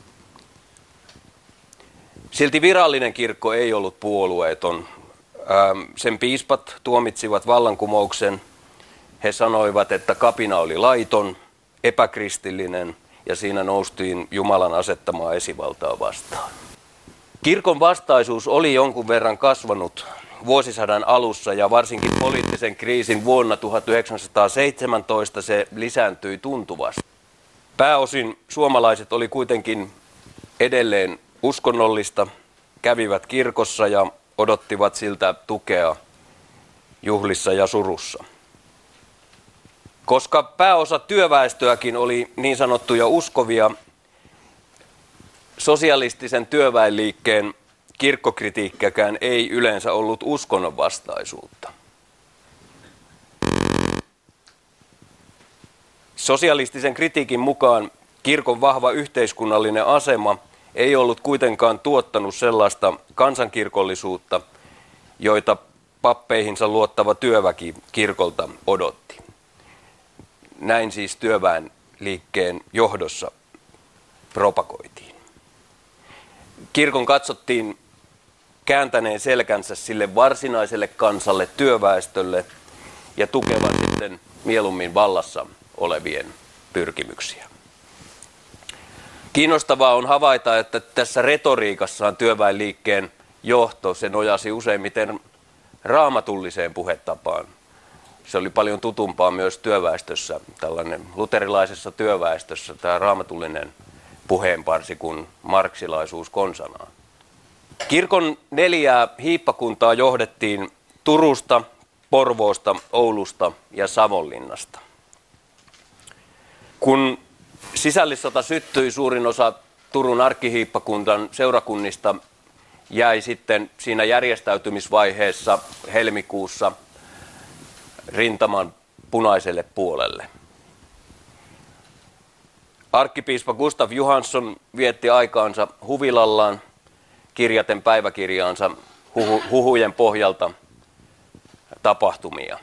Silti virallinen kirkko ei ollut puolueeton. Sen piispat tuomitsivat vallankumouksen. He sanoivat, että kapina oli laiton, epäkristillinen ja siinä noustiin Jumalan asettamaa esivaltaa vastaan. Kirkon vastaisuus oli jonkun verran kasvanut vuosisadan alussa ja varsinkin poliittisen kriisin vuonna tuhatyhdeksänsataaseitsemäntoista se lisääntyi tuntuvasti. Pääosin suomalaiset oli kuitenkin edelleen uskonnollista, kävivät kirkossa ja odottivat siltä tukea juhlissa ja surussa. Koska pääosa työväestöäkin oli niin sanottuja uskovia, sosialistisen työväenliikkeen kirkkokritiikkäkään ei yleensä ollut uskonnonvastaisuutta. Sosialistisen kritiikin mukaan kirkon vahva yhteiskunnallinen asema ei ollut kuitenkaan tuottanut sellaista kansankirkollisuutta, joita pappeihinsa luottava työväki kirkolta odotti. Näin siis työväenliikkeen johdossa propagoitiin. Kirkon katsottiin kääntäneen selkänsä sille varsinaiselle kansalle, työväestölle ja tukevan sitten mieluummin vallassa olevien pyrkimyksiä. Kiinnostavaa on havaita, että tässä retoriikassaan työväenliikkeen johto se nojasi useimmiten raamatulliseen puhetapaan. Se oli paljon tutumpaa myös työväestössä, tällainen luterilaisessa työväestössä tämä raamatullinen puheenparsi kuin marksilaisuus konsanaan. Kirkon neljää hiippakuntaa johdettiin Turusta, Porvoosta, Oulusta ja Savonlinnasta. Kun sisällissota syttyi, suurin osa Turun arkkihiippakuntan seurakunnista jäi sitten siinä järjestäytymisvaiheessa helmikuussa rintaman punaiselle puolelle. Arkkipiispa Gustav Johansson vietti aikaansa huvilallaan kirjaten päiväkirjaansa huhu, huhujen pohjalta tapahtumia.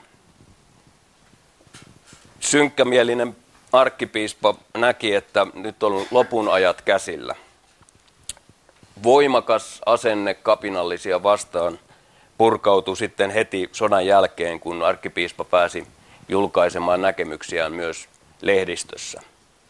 Synkkämielinen arkkipiispa näki, että nyt on lopun ajat käsillä. Voimakas asenne kapinallisia vastaan purkautui sitten heti sodan jälkeen, kun arkkipiispa pääsi julkaisemaan näkemyksiään myös lehdistössä.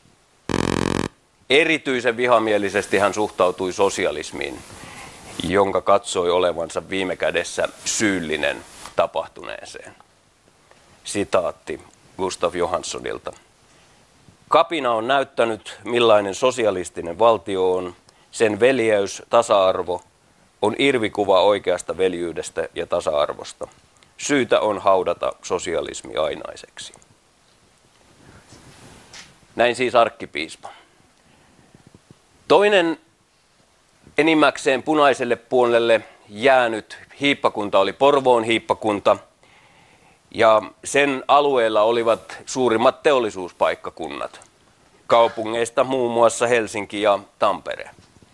Erityisen vihamielisesti hän suhtautui sosialismiin, jonka katsoi olevansa viime kädessä syyllinen tapahtuneeseen. Sitaatti Gustav Johanssonilta. Kapina on näyttänyt, millainen sosialistinen valtio on. Sen veljeys, tasa-arvo on irvikuva oikeasta veljyydestä ja tasa-arvosta. Syytä on haudata sosialismi ainaiseksi. Näin siis arkkipiispa. Toinen enimmäkseen punaiselle puolelle jäänyt hiippakunta oli Porvoon hiippakunta. Ja sen alueella olivat suurimmat teollisuuspaikkakunnat. Kaupungeista muun muassa Helsinki ja Tampere.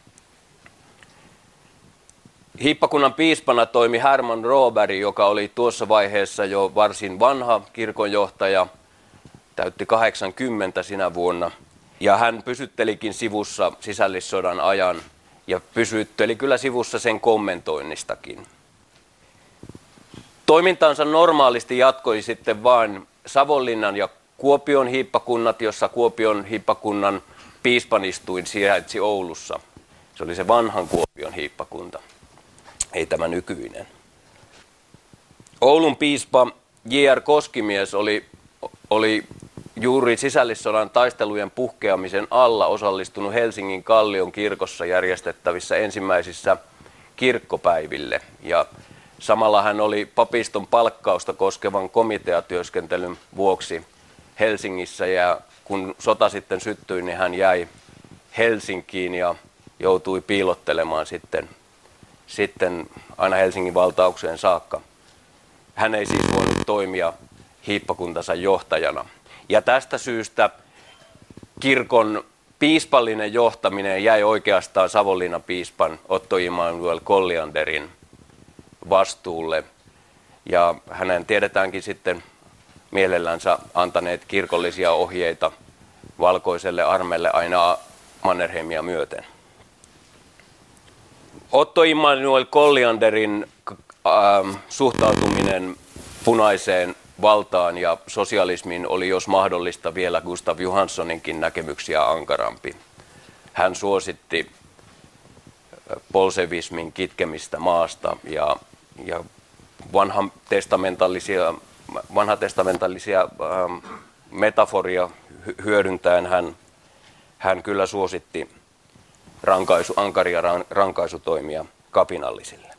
Hiippakunnan piispana toimi Herman Råberg, joka oli tuossa vaiheessa jo varsin vanha kirkonjohtaja, täytti kahdeksankymmentä sinä vuonna. Ja hän pysyttelikin sivussa sisällissodan ajan ja pysytteli kyllä sivussa sen kommentoinnistakin. Toimintaansa normaalisti jatkoi sitten vain Savonlinnan ja Kuopion hiippakunnat, jossa Kuopion hiippakunnan piispanistuin sijaitsi Oulussa. Se oli se vanhan Kuopion hiippakunta, ei tämä nykyinen. Oulun piispa J R Koskimies oli, oli juuri sisällissodan taistelujen puhkeamisen alla osallistunut Helsingin Kallion kirkossa järjestettävissä ensimmäisissä kirkkopäiville. Ja samalla hän oli papiston palkkausta koskevan komiteatyöskentelyn vuoksi Helsingissä, ja kun sota sitten syttyi, niin hän jäi Helsinkiin ja joutui piilottelemaan sitten, sitten aina Helsingin valtaukseen saakka. Hän ei siis voinut toimia hiippakuntansa johtajana. Ja tästä syystä kirkon piispallinen johtaminen jäi oikeastaan Savonlinnan piispan Otto Immanuel Collianderin vastuulle. Ja hänen tiedetäänkin sitten mielellänsä antaneet kirkollisia ohjeita Valkoiselle armeelle aina Mannerheimia myöten. Otto Immanuel Collianderin äh, suhtautuminen punaiseen valtaan ja sosialismiin oli jos mahdollista vielä Gustav Johanssoninkin näkemyksiä ankarampi. Hän suositti bolsevismin kitkemistä maasta ja, ja vanhan testamentallisia, vanhatestamentallisia ähm, metaforia hyödyntäen hän, hän kyllä suositti rankaisu, ankaria rankaisutoimia kapinallisille.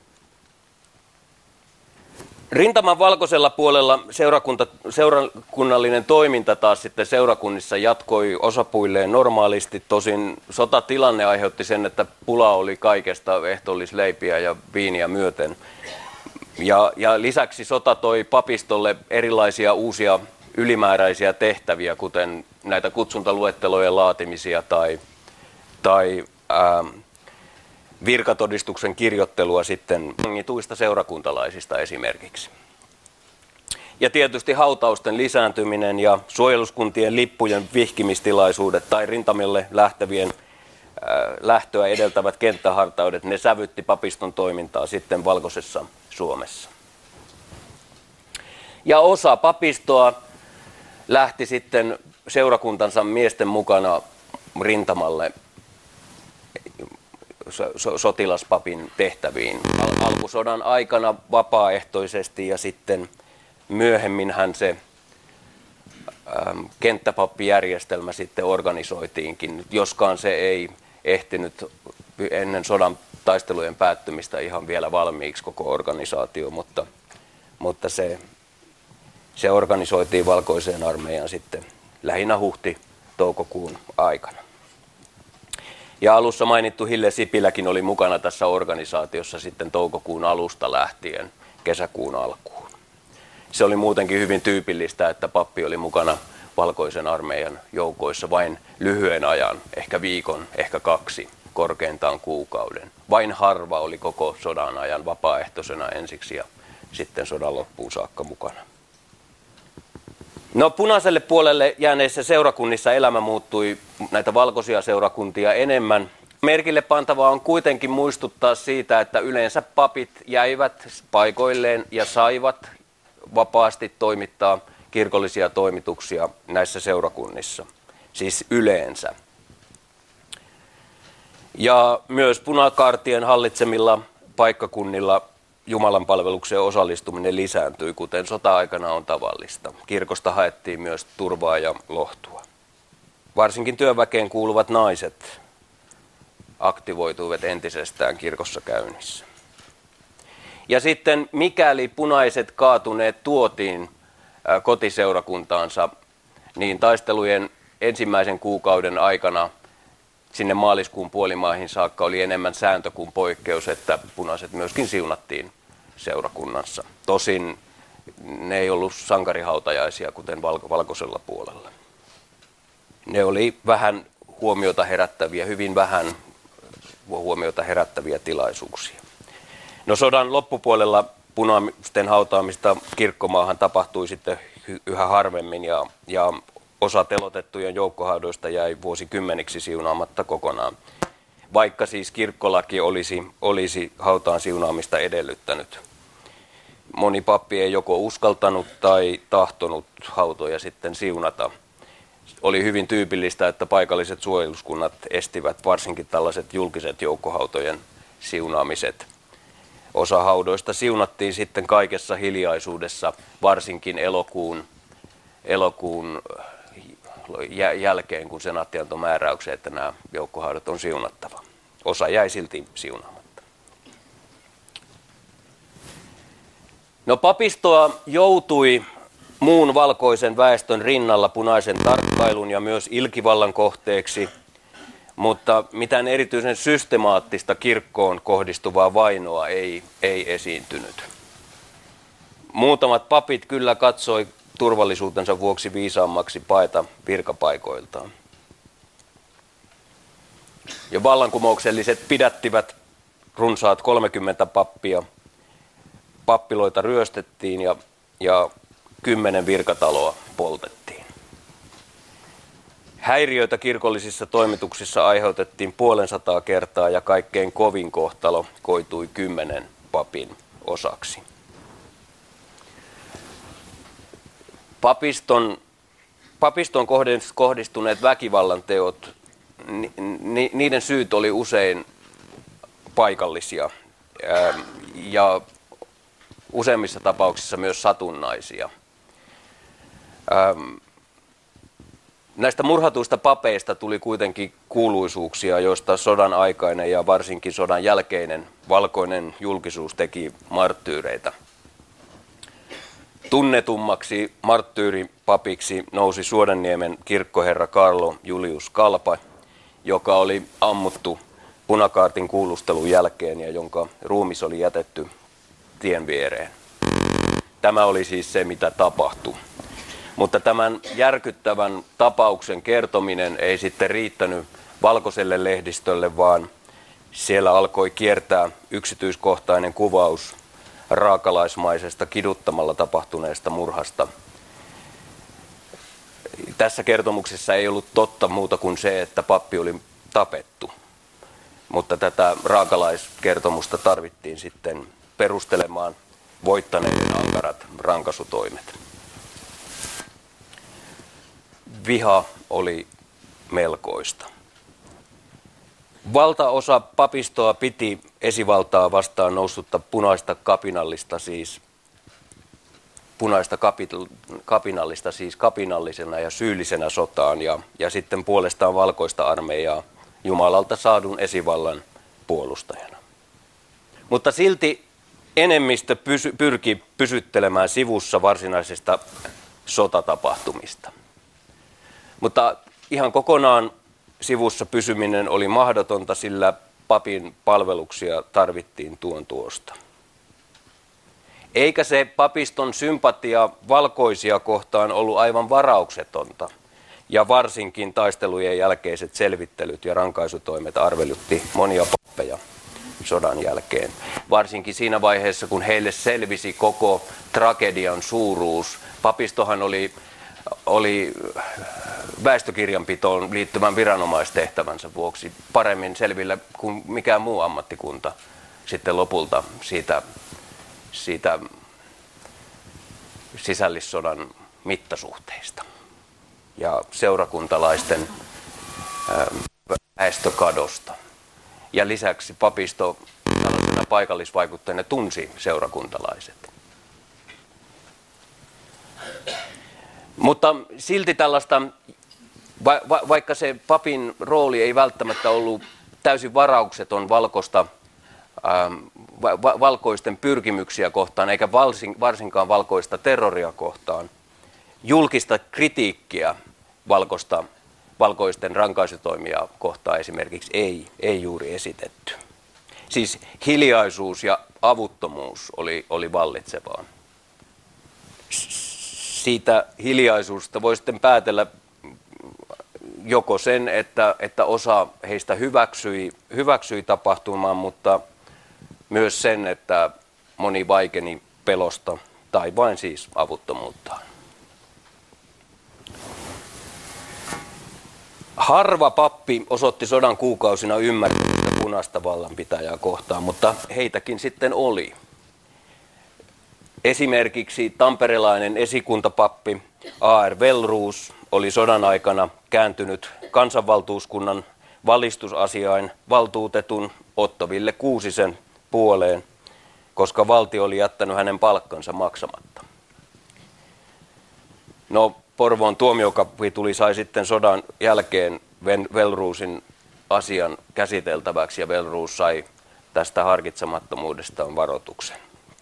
Rintaman valkoisella puolella seurakunta, seurakunnallinen toiminta taas sitten seurakunnissa jatkoi osapuilleen normaalisti. Tosin sotatilanne aiheutti sen, että pula oli kaikesta ehtoollisleipiä ja viiniä myöten. Ja, ja lisäksi sota toi papistolle erilaisia uusia ylimääräisiä tehtäviä, kuten näitä kutsuntaluettelojen laatimisia tai, tai ää, virkatodistuksen kirjoittelua sitten vangituista seurakuntalaisista esimerkiksi. Ja tietysti hautausten lisääntyminen ja suojeluskuntien lippujen vihkimistilaisuudet tai rintamille lähtevien äh, lähtöä edeltävät kenttähartaudet, ne sävytti papiston toimintaa sitten Valkoisessa Suomessa. Ja osa papistoa lähti sitten seurakuntansa miesten mukana rintamalle sotilaspapin tehtäviin. Al- alkusodan aikana vapaaehtoisesti ja sitten myöhemmin hän se äm, kenttäpappijärjestelmä sitten organisoitiinkin, joskaan se ei ehtinyt ennen sodan taistelujen päättymistä ihan vielä valmiiksi koko organisaatio, mutta, mutta se, se organisoitiin Valkoiseen armeijaan sitten lähinnä huhti-toukokuun aikana. Ja alussa mainittu Hille Sipiläkin oli mukana tässä organisaatiossa sitten toukokuun alusta lähtien kesäkuun alkuun. Se oli muutenkin hyvin tyypillistä, että pappi oli mukana Valkoisen armeijan joukoissa vain lyhyen ajan, ehkä viikon, ehkä kaksi, korkeintaan kuukauden. Vain harva oli koko sodan ajan vapaaehtoisena ensiksi ja sitten sodan loppuun saakka mukana. No, punaiselle puolelle jääneissä seurakunnissa elämä muuttui näitä valkoisia seurakuntia enemmän. Merkille pantavaa on kuitenkin muistuttaa siitä, että yleensä papit jäivät paikoilleen ja saivat vapaasti toimittaa kirkollisia toimituksia näissä seurakunnissa, siis yleensä. Ja myös punakaartien hallitsemilla paikkakunnilla Jumalan palvelukseen osallistuminen lisääntyi, kuten sota-aikana on tavallista. Kirkosta haettiin myös turvaa ja lohtua. Varsinkin työväkeen kuuluvat naiset aktivoituivat entisestään kirkossa käynnissä. Ja sitten mikäli punaiset kaatuneet tuotiin kotiseurakuntaansa, niin taistelujen ensimmäisen kuukauden aikana sinne maaliskuun puolimaihin saakka oli enemmän sääntö kuin poikkeus, että punaiset myöskin siunattiin seurakunnassa. Tosin ne ei ollut sankarihautajaisia, kuten valko- valkoisella puolella. Ne oli vähän huomiota herättäviä, hyvin vähän huomiota herättäviä tilaisuuksia. No sodan loppupuolella punaisten hautaamista kirkkomaahan tapahtui sitten yhä harvemmin ja, ja osa telotettujen joukkohaudoista jäi vuosikymmeniksi siunaamatta kokonaan, vaikka siis kirkkolaki olisi, olisi hautaan siunaamista edellyttänyt. Moni pappi ei joko uskaltanut tai tahtonut hautoja sitten siunata. Oli hyvin tyypillistä, että paikalliset suojeluskunnat estivät varsinkin tällaiset julkiset joukkohautojen siunaamiset. Osa haudoista siunattiin sitten kaikessa hiljaisuudessa, varsinkin elokuun, elokuun jälkeen, kun senaatti antoi määräyksen, että nämä joukkohaudat on siunattava. Osa jäi silti siunaamatta. No papistoa joutui muun valkoisen väestön rinnalla punaisen tarkkailun ja myös ilkivallan kohteeksi, mutta mitään erityisen systemaattista kirkkoon kohdistuvaa vainoa ei, ei esiintynyt. Muutamat papit kyllä katsoi turvallisuutensa vuoksi viisaammaksi paeta virkapaikoiltaan. Ja vallankumoukselliset pidättivät runsaat kolmekymmentä pappia. Pappiloita ryöstettiin ja, ja kymmenen virkataloa poltettiin. Häiriöitä kirkollisissa toimituksissa aiheutettiin puolen sataa kertaa ja kaikkein kovin kohtalo koitui kymmenen papin osaksi. Papiston, papiston kohdistuneet väkivallan teot, ni, niiden syyt oli usein paikallisia ja useimmissa tapauksissa myös satunnaisia. Näistä murhatuista papeista tuli kuitenkin kuuluisuuksia, joista sodan aikainen ja varsinkin sodan jälkeinen valkoinen julkisuus teki marttyyreitä. Tunnetummaksi marttyyripapiksi nousi Suodenniemen kirkkoherra Carlo Julius Kalpa, joka oli ammuttu punakaartin kuulustelun jälkeen ja jonka ruumis oli jätetty tien viereen. Tämä oli siis se, mitä tapahtui. Mutta tämän järkyttävän tapauksen kertominen ei sitten riittänyt valkoiselle lehdistölle, vaan siellä alkoi kiertää yksityiskohtainen kuvaus raakalaismaisesta kiduttamalla tapahtuneesta murhasta. Tässä kertomuksessa ei ollut totta muuta kuin se, että pappi oli tapettu, mutta tätä raakalaiskertomusta tarvittiin sitten perustelemaan voittaneiden ankarat rankaisutoimet. Viha oli melkoista. Valtaosa papistoa piti esivaltaa vastaan noussutta punaista kapinallista, siis punaista kapit- kapinallista siis kapinallisena ja syyllisenä sotaan ja, ja sitten puolestaan valkoista armeijaa Jumalalta saadun esivallan puolustajana. Mutta silti enemmistö pysy, pyrki pysyttelemään sivussa varsinaisista sotatapahtumista. Mutta ihan kokonaan sivussa pysyminen oli mahdotonta, sillä papin palveluksia tarvittiin tuon tuosta. Eikä se papiston sympatia valkoisia kohtaan ollut aivan varauksetonta, ja varsinkin taistelujen jälkeiset selvittelyt ja rankaisutoimet arvelutti monia pappeja sodan jälkeen. Varsinkin siinä vaiheessa, kun heille selvisi koko tragedian suuruus. Papistohan oli, oli väestökirjanpitoon liittyvän viranomaistehtävänsä vuoksi paremmin selvillä kuin mikään muu ammattikunta sitten lopulta siitä, siitä sisällissodan mittasuhteista ja seurakuntalaisten väestökadosta. Ja lisäksi papisto tällaisena paikallisvaikuttajana tunsi seurakuntalaiset. Mutta silti tällaista, va, va, vaikka se papin rooli ei välttämättä ollut täysin varaukseton valkoista, ää, va, valkoisten pyrkimyksiä kohtaan, eikä valsin, varsinkaan valkoista terroria kohtaan, julkista kritiikkiä valkoista, valkoisten rankaisutoimia kohtaan esimerkiksi ei, ei juuri esitetty. Siis hiljaisuus ja avuttomuus oli, oli vallitsevaa. Siitä hiljaisuudesta voi sitten päätellä joko sen, että, että osa heistä hyväksyi, hyväksyi tapahtumaan, mutta myös sen, että moni vaikeni pelosta tai vain siis avuttomuuttaan. Harva pappi osoitti sodan kuukausina ymmärrystä punaista vallanpitäjää kohtaan, mutta heitäkin sitten oli. Esimerkiksi tamperelainen esikuntapappi A R Wellroos oli sodan aikana kääntynyt kansanvaltuuskunnan valistusasiain valtuutetun Otto Ville Kuusisen puoleen, koska valtio oli jättänyt hänen palkkansa maksamatta. No, Porvoon tuomiokapituli sai sitten sodan jälkeen Wellroosin asian käsiteltäväksi ja Wellroos sai tästä harkitsemattomuudestaan varoituksen.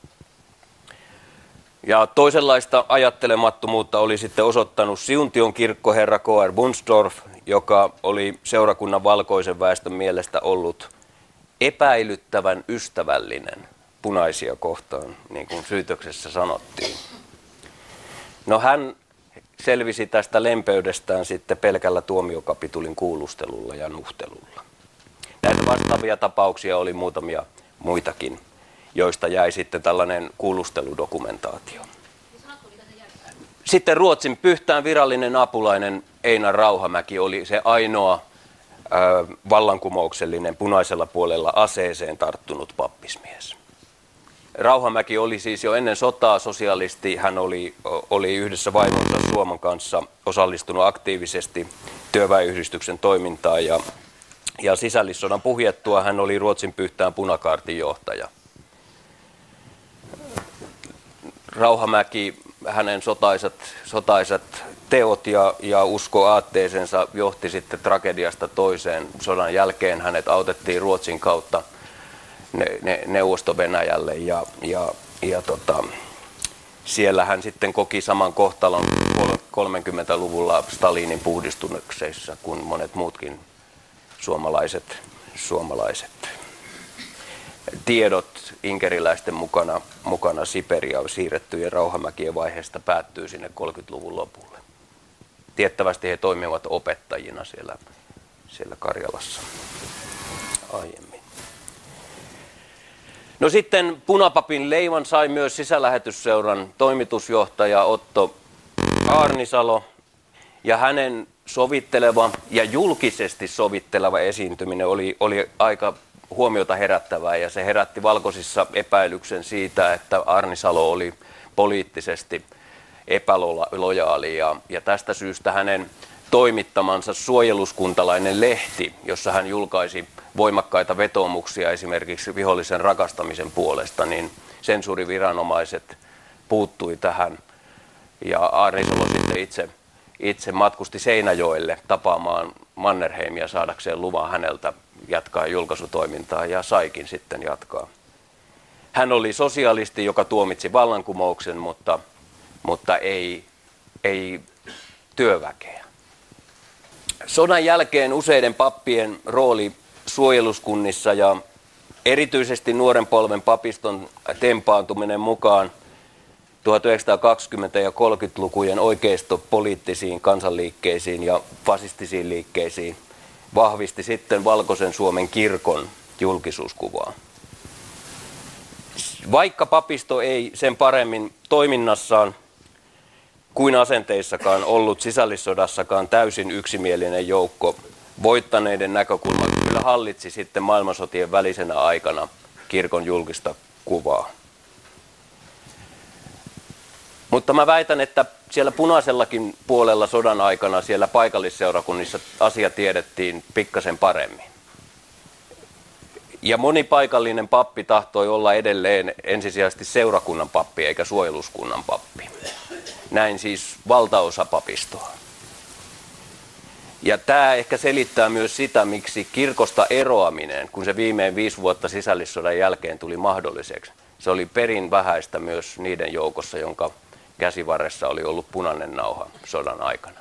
Ja toisenlaista ajattelemattomuutta oli sitten osoittanut Siuntion kirkkoherra K R Bunsdorf, joka oli seurakunnan valkoisen väestön mielestä ollut epäilyttävän ystävällinen punaisia kohtaan, niin kuin syytöksessä sanottiin. No hän selvisi tästä lempeydestään sitten pelkällä tuomiokapitulin kuulustelulla ja nuhtelulla. Näitä vastaavia tapauksia oli muutamia muitakin, joista jäi sitten tällainen kuulusteludokumentaatio. Sitten Ruotsin pyhtään virallinen apulainen Einar Rauhamäki oli se ainoa ö, vallankumouksellinen punaisella puolella aseeseen tarttunut pappismies. Rauhamäki oli siis jo ennen sotaa sosialisti. Hän oli, oli yhdessä vaimonsa Suomen kanssa osallistunut aktiivisesti työväenyhdistyksen toimintaan ja, ja sisällissodan puhjettua hän oli Ruotsin pyhtään punakaartin johtaja. Rauhamäki, hänen sotaisat, sotaisat teot ja, ja usko aatteeseensa johti sitten tragediasta toiseen. Sodan jälkeen hänet autettiin Ruotsin kautta ne, ne, Neuvosto-Venäjälle ja, ja, ja tota, siellä hän sitten koki saman kohtalon kolmekymmentäluvulla Stalinin puhdistuksessa kuin monet muutkin suomalaiset, suomalaiset. Tiedot inkeriläisten mukana, mukana Siperiaan siirrettyjen Rauhamäkien vaiheesta päättyy sinne kolmekymmentäluvun lopulle. Tiettävästi he toimivat opettajina siellä, siellä Karjalassa aiemmin. No sitten punapapin leivan sai myös sisälähetysseuran toimitusjohtaja Otto Aarnisalo, ja hänen sovitteleva ja julkisesti sovitteleva esiintyminen oli, oli aika huomiota herättävää, ja se herätti valkoisissa epäilyksen siitä, että Aarnisalo oli poliittisesti epälojaali, ja, ja tästä syystä hänen toimittamansa suojeluskuntalainen lehti, jossa hän julkaisi voimakkaita vetoomuksia esimerkiksi vihollisen rakastamisen puolesta, niin sensuuriviranomaiset puuttui tähän, ja Aarnisalo sitten itse, itse matkusti Seinäjoelle tapaamaan Mannerheimia saadakseen luvan häneltä jatkaa julkaisutoimintaa, ja saikin sitten jatkaa. Hän oli sosialisti, joka tuomitsi vallankumouksen, mutta, mutta ei, ei työväkeä. Sodan jälkeen useiden pappien rooli suojeluskunnissa ja erityisesti nuoren polven papiston tempaantuminen mukaan tuhatyhdeksänsataakaksikymmentä- ja kolmekymmentälukujen oikeistopoliittisiin kansanliikkeisiin ja fasistisiin liikkeisiin vahvisti sitten valkoisen Suomen kirkon julkisuuskuvaa. Vaikka papisto ei sen paremmin toiminnassaan kuin asenteissakaan ollut sisällissodassakaan täysin yksimielinen joukko. Voittaneiden näkökulma kyllä hallitsi sitten maailmansotien välisenä aikana kirkon julkista kuvaa. Mutta mä väitän, että siellä punaisellakin puolella sodan aikana siellä paikallisseurakunnissa asia tiedettiin pikkasen paremmin. Ja moni paikallinen pappi tahtoi olla edelleen ensisijaisesti seurakunnan pappi eikä suojeluskunnan pappi. Näin siis valtaosa papistoa. Ja tämä ehkä selittää myös sitä, miksi kirkosta eroaminen, kun se viimein viisi vuotta sisällissodan jälkeen tuli mahdolliseksi, se oli perin vähäistä myös niiden joukossa, jonka käsivarressa oli ollut punainen nauha sodan aikana.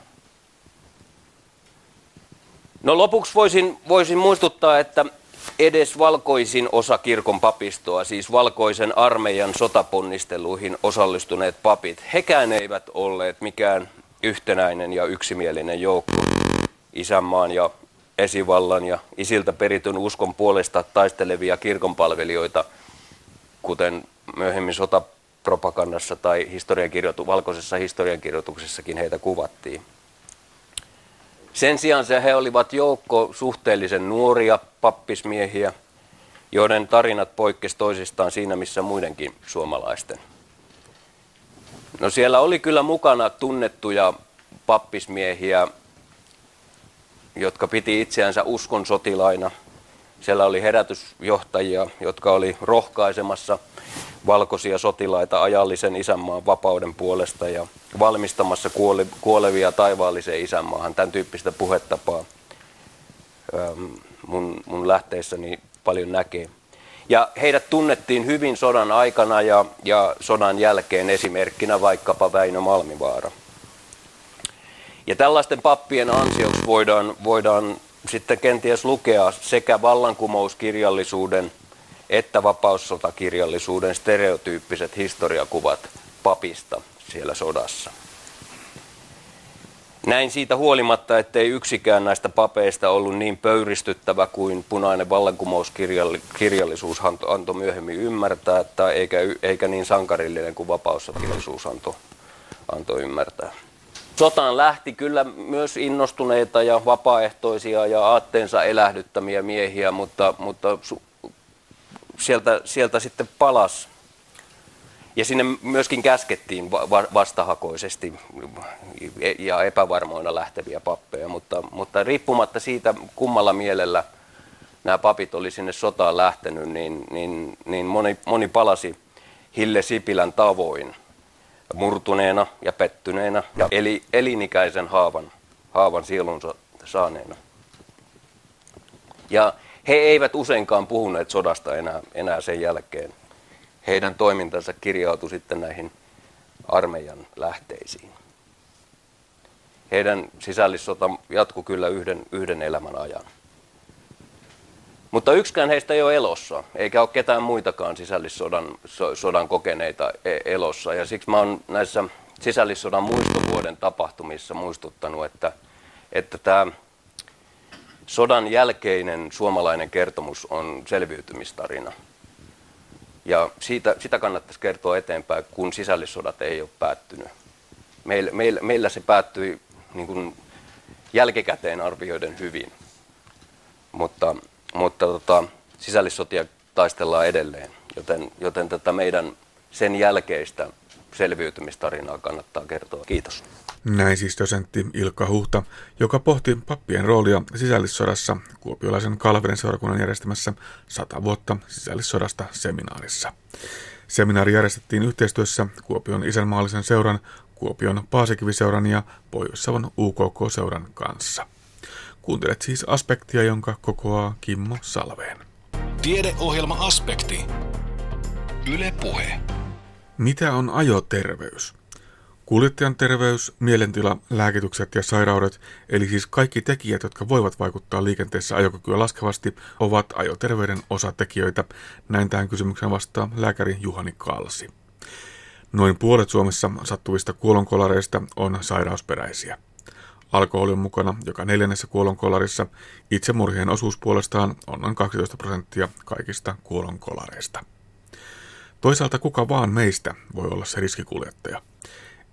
No lopuksi voisin, voisin muistuttaa, että edes valkoisin osa kirkon papistoa, siis valkoisen armeijan sotaponnisteluihin osallistuneet papit, hekään eivät olleet mikään yhtenäinen ja yksimielinen joukko isänmaan ja esivallan ja isiltä perityn uskon puolesta taistelevia kirkonpalvelijoita, kuten myöhemmin sotapropagandassa tai historiankirjoitu, valkoisessa historiankirjoituksessakin heitä kuvattiin. Sen sijaan he olivat joukko suhteellisen nuoria pappismiehiä, joiden tarinat poikkesi toisistaan siinä, missä muidenkin suomalaisten. No siellä oli kyllä mukana tunnettuja pappismiehiä, jotka piti itseänsä uskon sotilaina. Siellä oli herätysjohtajia, jotka oli rohkaisemassa valkoisia sotilaita ajallisen isänmaan vapauden puolesta ja valmistamassa kuole, kuolevia taivaalliseen isänmaahan. Tämän tyyppistä puhetapaa mun, mun lähteissäni paljon näkee. Ja heidät tunnettiin hyvin sodan aikana ja, ja sodan jälkeen, esimerkkinä vaikkapa Väinö Malmivaara. Ja tällaisten pappien ansioksi voidaan, voidaan sitten kenties lukea sekä vallankumouskirjallisuuden että vapaussotakirjallisuuden stereotyyppiset historiakuvat papista siellä sodassa. Näin siitä huolimatta, ettei yksikään näistä papeista ollut niin pöyristyttävä kuin punainen vallankumouskirjallisuus antoi myöhemmin ymmärtää, että eikä, eikä niin sankarillinen kuin vapaussotakirjallisuus antoi, antoi ymmärtää. Sotaan lähti kyllä myös innostuneita ja vapaaehtoisia ja aatteensa elähdyttämiä miehiä, mutta, mutta sieltä, sieltä sitten palasi. Ja sinne myöskin käskettiin vastahakoisesti ja epävarmoina lähteviä pappeja, mutta, mutta riippumatta siitä, kummalla mielellä nämä papit oli sinne sotaan lähtenyt, niin, niin, niin moni, moni palasi Hille Sipilän tavoin murtuneena ja pettyneenä ja eli, elinikäisen haavan, haavan sielunsa saaneena. Ja he eivät useinkaan puhuneet sodasta enää, enää sen jälkeen. Heidän toimintansa kirjautui sitten näihin armeijan lähteisiin. Heidän sisällissota jatkui kyllä yhden, yhden elämän ajan. Mutta yksikään heistä ei ole elossa, eikä ole ketään muitakaan sisällissodan so, sodan kokeneita elossa. Ja siksi mä oon näissä sisällissodan muistovuoden tapahtumissa muistuttanut, että, että tämä sodan jälkeinen suomalainen kertomus on selviytymistarina. Ja siitä, sitä kannattaisi kertoa eteenpäin, kun sisällissodat ei ole päättynyt. Meillä, meillä, meillä se päättyi niin kuin jälkikäteen arvioiden hyvin, mutta, mutta tota, sisällissotia taistellaan edelleen, joten, joten tätä meidän sen jälkeistä selviytymistarinaa kannattaa kertoa. Kiitos. Näin siis dosentti Ilkka Huhta, joka pohti pappien roolia sisällissodassa kuopiolaisen Kaleveden seurakunnan järjestämässä sata vuotta sisällissodasta seminaarissa. Seminaari järjestettiin yhteistyössä Kuopion isänmaallisen seuran, Kuopion Paasikiviseuran ja Pohjois-Savon U K K-seuran kanssa. Kuuntelet siis aspektia, jonka kokoaa Kimmo Salveen. Tiedeohjelma Aspekti. Yle Puhe. Mitä on ajoterveys? Kuljettajan terveys, mielentila, lääkitykset ja sairaudet, eli siis kaikki tekijät, jotka voivat vaikuttaa liikenteessä ajokykyä laskevasti, ovat ajoterveyden osatekijöitä. Näin tähän kysymykseen vastaa lääkäri Juhani Kalsi. Noin puolet Suomessa sattuvista kuolonkolareista on sairausperäisiä. Alkoholi on mukana joka neljännessä kuolonkolarissa. Itsemurhien osuus puolestaan on noin kaksitoista prosenttia kaikista kuolonkolareista. Toisaalta kuka vaan meistä voi olla se riskikuljettaja.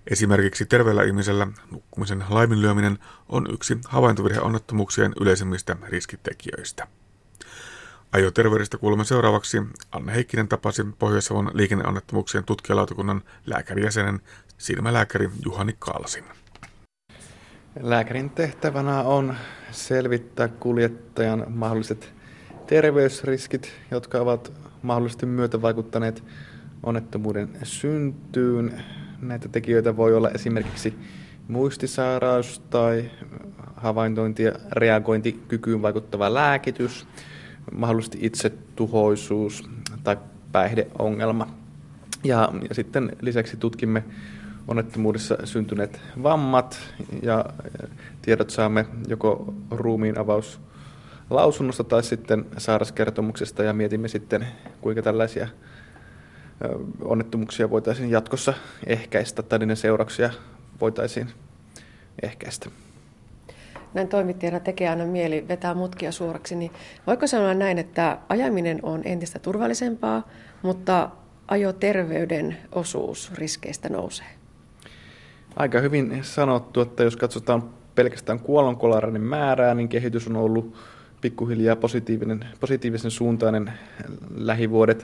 Esimerkiksi terveellä ihmisellä nukkumisen laiminlyöminen on yksi havaintovirheonnettomuuksien yleisimmistä riskitekijöistä. Ajoterveydestä kuulemme seuraavaksi. Anne Heikkinen tapasi Pohjois-Savon liikenneonnettomuuksien tutkijalautakunnan lääkärijäsenen silmälääkäri Juhani Kaalsin. Lääkärin tehtävänä on selvittää kuljettajan mahdolliset terveysriskit, jotka ovat mahdollisesti myötävaikuttaneet onnettomuuden syntyyn. Näitä tekijöitä voi olla esimerkiksi muistisairaus tai havaintointi- ja reagointikykyyn vaikuttava lääkitys, mahdollisesti itsetuhoisuus tai päihdeongelma. Ja, ja sitten lisäksi tutkimme onnettomuudessa syntyneet vammat ja tiedot saamme joko ruumiin avauslausunnosta tai sitten sairaskertomuksesta ja mietimme sitten, kuinka tällaisia onnettomuuksia voitaisiin jatkossa ehkäistä tai niiden seurauksia voitaisiin ehkäistä. Näin toimittajana tekee aina mieli vetää mutkia suoraksi, niin voiko sanoa näin, että ajaminen on entistä turvallisempaa, mutta ajoterveyden osuus riskeistä nousee? Aika hyvin sanottu, että jos katsotaan pelkästään kuolonkolareiden määrää, niin kehitys on ollut pikkuhiljaa positiivinen, positiivisen suuntainen lähivuodet.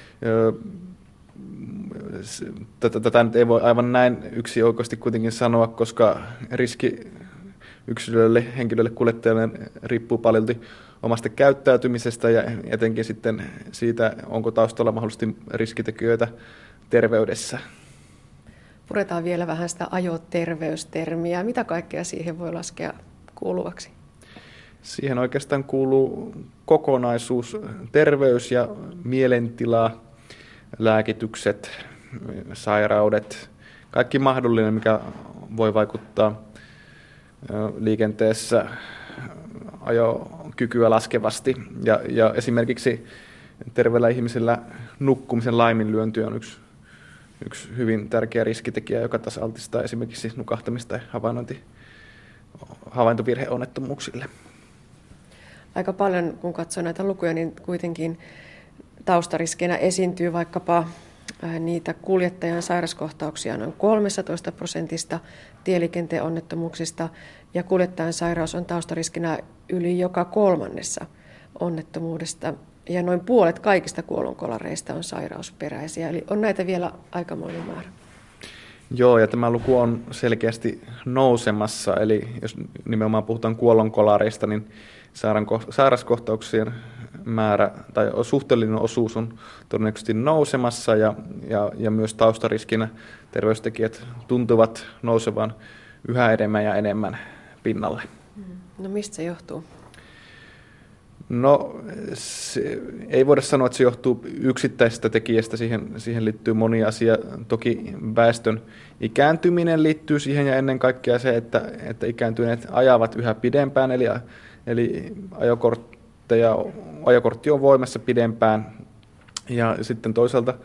Tätä nyt ei voi aivan näin yksioikoisesti kuitenkin sanoa, koska riski yksilölle, henkilölle, kuljettajalle riippuu paljolti omasta käyttäytymisestä ja etenkin sitten siitä, onko taustalla mahdollisesti riskitekijöitä terveydessä. Puretaan vielä vähän sitä ajoterveystermiä. Mitä kaikkea siihen voi laskea kuuluvaksi? Siihen oikeastaan kuuluu kokonaisuus, terveys ja mielentila, lääkitykset, sairaudet, kaikki mahdollinen, mikä voi vaikuttaa liikenteessä ajokykyä laskevasti. Ja, ja esimerkiksi terveellä ihmisellä nukkumisen laiminlyönti on yksi, yksi hyvin tärkeä riskitekijä, joka taas altistaa esimerkiksi nukahtamista ja havaintovirheonnettomuuksille. Aika paljon, kun katsoo näitä lukuja, niin kuitenkin taustariskeinä esiintyy vaikkapa niitä kuljettajan sairaskohtauksia noin kolmetoista prosentista tieliikenteen onnettomuuksista, ja kuljettajan sairaus on taustariskinä yli joka kolmannessa onnettomuudesta, ja noin puolet kaikista kuolonkolareista on sairausperäisiä, eli on näitä vielä aikamoinen määrä. Joo, ja tämä luku on selkeästi nousemassa, eli jos nimenomaan puhutaan kuolonkolareista, niin sairaskohtauksien määrä tai suhteellinen osuus on todennäköisesti nousemassa ja, ja, ja myös taustariskinä terveystekijät tuntuvat nousevan yhä enemmän ja enemmän pinnalle. No mistä se johtuu? No se, ei voida sanoa, että se johtuu yksittäisestä tekijästä, siihen, siihen liittyy moni asia. Toki väestön ikääntyminen liittyy siihen ja ennen kaikkea se, että, että ikääntyneet ajavat yhä pidempään, eli, eli ajokortteja, ajokortti on voimassa pidempään ja sitten toisaalta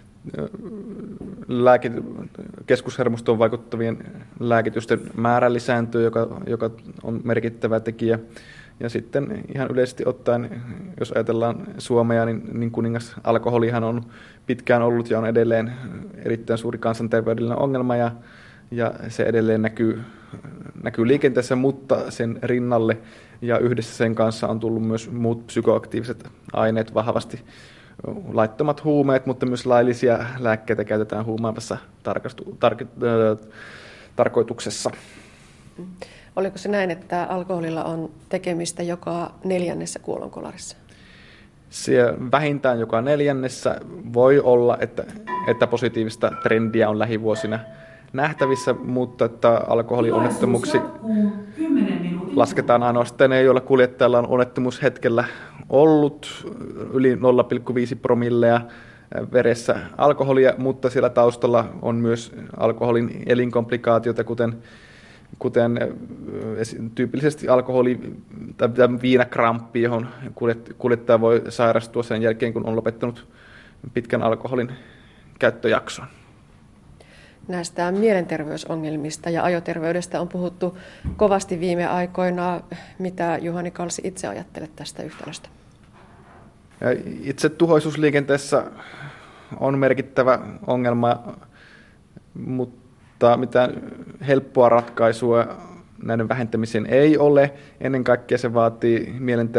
lääke, keskushermostoon vaikuttavien lääkitysten määrä lisääntyy, joka, joka on merkittävä tekijä. Ja sitten ihan yleisesti ottaen, jos ajatellaan Suomea, niin, niin kuningas alkoholihan on pitkään ollut ja on edelleen erittäin suuri kansanterveydellinen ongelma ja, ja se edelleen näkyy, näkyy liikenteessä, mutta sen rinnalle ja yhdessä sen kanssa on tullut myös muut psykoaktiiviset aineet vahvasti. Laittomat huumeet, mutta myös laillisia lääkkeitä käytetään huumaavassa tarkastu, tar, äh, tarkoituksessa. Oliko se näin, että alkoholilla on tekemistä joka neljännessä kuolonkolarissa? Se vähintään joka neljännessä voi olla, että, että positiivista trendiä on lähivuosina nähtävissä, mutta että alkoholionnettomuuksi lasketaan ainoastaan ne, joilla kuljettajalla on onnettomuushetkellä ollut yli nolla pilkku viisi promillea veressä alkoholia, mutta siellä taustalla on myös alkoholin elinkomplikaatioita, kuten kuten tyypillisesti alkoholi- tai viinakramppi, johon kuljettaja voi sairastua sen jälkeen, kun on lopettanut pitkän alkoholin käyttöjakson. Näistä mielenterveysongelmista ja ajoterveydestä on puhuttu kovasti viime aikoina. Mitä Juhani Kalsi itse ajattelet tästä yhtälöstä? Itse tuhoisuus liikenteessä on merkittävä ongelma, mutta mutta mitään helppoa ratkaisua näiden vähentämiseen ei ole. Ennen kaikkea se vaatii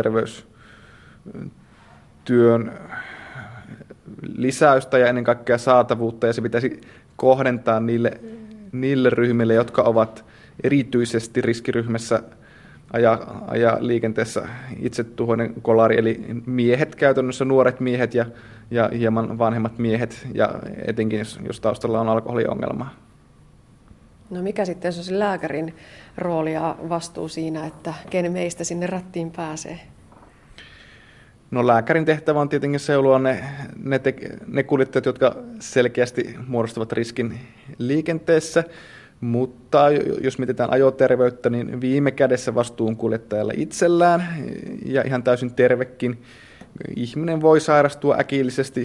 mielenterveystyön lisäystä ja ennen kaikkea saatavuutta, ja se pitäisi kohdentaa niille, niille ryhmille, jotka ovat erityisesti riskiryhmässä ajaa, ajaa liikenteessä itsetuhoinen kolari, eli miehet käytännössä, nuoret miehet ja, ja hieman vanhemmat miehet, ja etenkin jos, jos taustalla on alkoholiongelma. No mikä sitten on se lääkärin rooli ja vastuu siinä, että ken meistä sinne rattiin pääsee? No lääkärin tehtävä on tietenkin seuloa ne, ne, te, ne kuljettajat, jotka selkeästi muodostavat riskin liikenteessä, mutta jos mietitään ajoterveyttä, niin viime kädessä vastuun kuljettajalla itsellään ja ihan täysin tervekin ihminen voi sairastua äkillisesti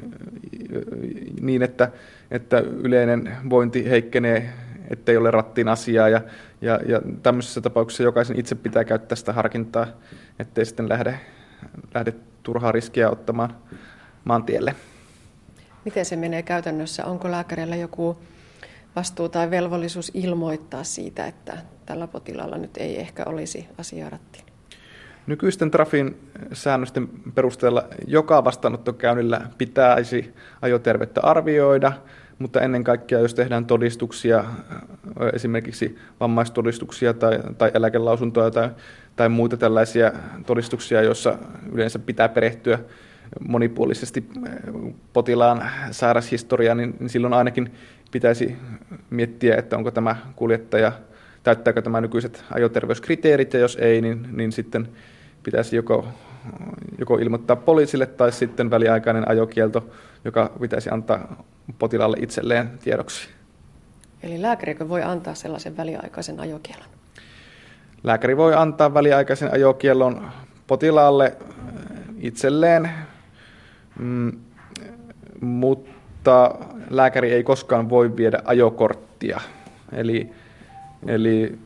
niin, että, että yleinen vointi heikkenee, ettei ole rattiin asiaa, ja, ja, ja tämmöisessä tapauksessa jokaisen itse pitää käyttää sitä harkintaa, ettei sitten lähde, lähde turhaa riskiä ottamaan maantielle. Miten se menee käytännössä? Onko lääkärillä joku vastuu tai velvollisuus ilmoittaa siitä, että tällä potilaalla nyt ei ehkä olisi asiaa rattiin? Nykyisten Trafin säännösten perusteella joka vastaanottokäynnillä pitäisi ajoterveyttä arvioida, mutta ennen kaikkea, jos tehdään todistuksia, esimerkiksi vammaistodistuksia tai, tai eläkelausuntoja tai, tai muita tällaisia todistuksia, joissa yleensä pitää perehtyä monipuolisesti potilaan sairashistoriaan, niin, niin silloin ainakin pitäisi miettiä, että onko tämä kuljettaja, täyttääkö tämä nykyiset ajoterveyskriteerit, ja jos ei, niin, niin sitten pitäisi joko, joko ilmoittaa poliisille tai sitten väliaikainen ajokielto, joka pitäisi antaa potilaalle itselleen tiedoksi. Eli lääkärikö voi antaa sellaisen väliaikaisen ajokielon? Lääkäri voi antaa väliaikaisen ajokiellon potilaalle itselleen, mm, mutta lääkäri ei koskaan voi viedä ajokorttia. Eli, eli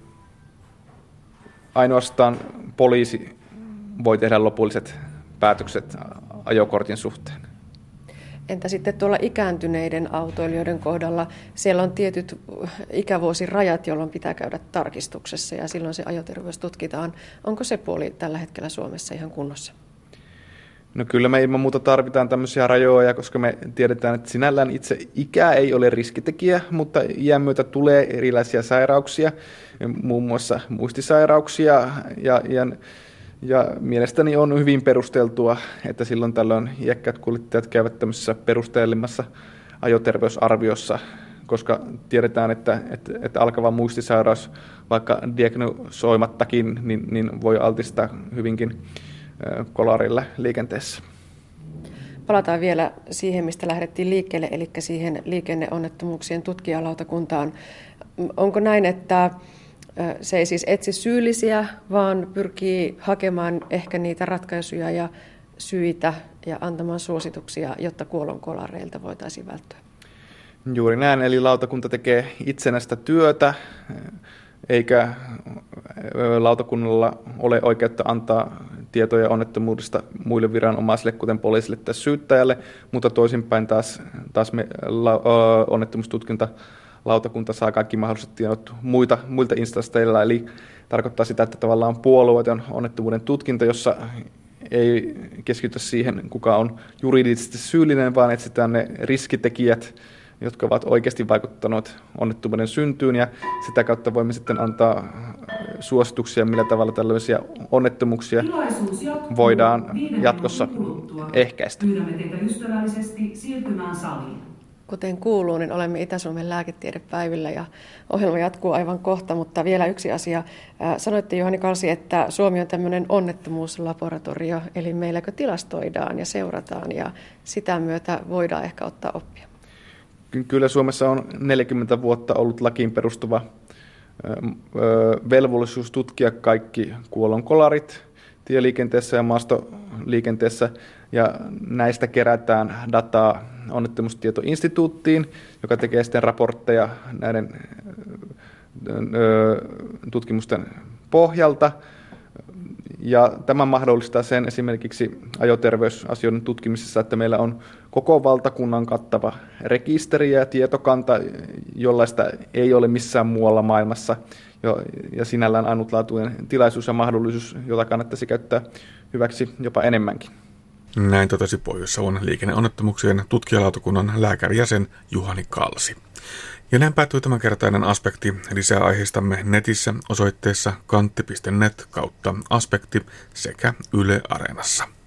ainoastaan poliisi voi tehdä lopulliset päätökset ajokortin suhteen. Entä sitten tuolla ikääntyneiden autoilijoiden kohdalla? Siellä on tietyt ikävuosirajat, jolloin pitää käydä tarkistuksessa ja silloin se ajoterveys tutkitaan. Onko se puoli tällä hetkellä Suomessa ihan kunnossa? No kyllä me ilman muuta tarvitaan tämmöisiä rajoja, koska me tiedetään, että sinällään itse ikä ei ole riskitekijä, mutta iän myötä tulee erilaisia sairauksia, muun muassa muistisairauksia, ja, ja, ja mielestäni on hyvin perusteltua, että silloin tällöin iäkkäät kuljettajat käyvät tämmöisessä perusteellimmassa ajoterveysarviossa, koska tiedetään, että, että, että alkava muistisairaus, vaikka diagnosoimattakin, niin, niin voi altistaa hyvinkin kolarille liikenteessä. Palataan vielä siihen, mistä lähdettiin liikkeelle, eli siihen liikenneonnettomuuksien tutkijalautakuntaan. Onko näin, että se ei siis etsi syyllisiä, vaan pyrkii hakemaan ehkä niitä ratkaisuja ja syitä ja antamaan suosituksia, jotta kuolonkolareilta voitaisiin välttyä? Juuri näin, eli lautakunta tekee itsenäistä työtä, eikä lautakunnalla ole oikeutta antaa tietoja onnettomuudesta muille viranomaisille, kuten poliisille tai syyttäjälle, mutta toisinpäin taas, taas me la, onnettomuustutkintalautakunta saa kaikki mahdolliset tiedot muita, muilta instansseilla, eli tarkoittaa sitä, että tavallaan puolueeton onnettomuuden tutkinta, jossa ei keskitytä siihen, kuka on juridisesti syyllinen, vaan etsitään ne riskitekijät, jotka ovat oikeasti vaikuttaneet onnettomuuden syntyyn, ja sitä kautta voimme sitten antaa suosituksia, millä tavalla tällaisia onnettomuuksia voidaan jatkossa ehkäistä. Kuten kuuluu, niin olemme Itä-Suomen lääketiedepäivillä ja ohjelma jatkuu aivan kohta, mutta vielä yksi asia. Sanoitte, Juhani Kalsi, että Suomi on tämmöinen onnettomuuslaboratorio, eli meilläkö tilastoidaan ja seurataan ja sitä myötä voidaan ehkä ottaa oppia. Kyllä Suomessa on neljäkymmentä vuotta ollut lakiin perustuva velvollisuus tutkia kaikki kuolonkolarit tieliikenteessä ja maastoliikenteessä, ja näistä kerätään dataa onnettomuustietoinstituuttiin, joka tekee sitten raportteja näiden tutkimusten pohjalta, Ja tämä mahdollistaa sen esimerkiksi ajoterveysasioiden tutkimisessa, että meillä on koko valtakunnan kattava rekisteri ja tietokanta, jollaista ei ole missään muualla maailmassa. Ja sinällään ainutlaatuinen tilaisuus ja mahdollisuus, jota kannattaisi käyttää hyväksi jopa enemmänkin. Näin totesi Pohjois-Savon liikenneonnettomuuksien tutkijalautakunnan lääkärijäsen Juhani Kalsi. Ja näin päättyy tämänkertainen Aspekti. Lisää aiheistamme netissä osoitteessa kantti piste net kautta aspekti sekä Yle Areenassa.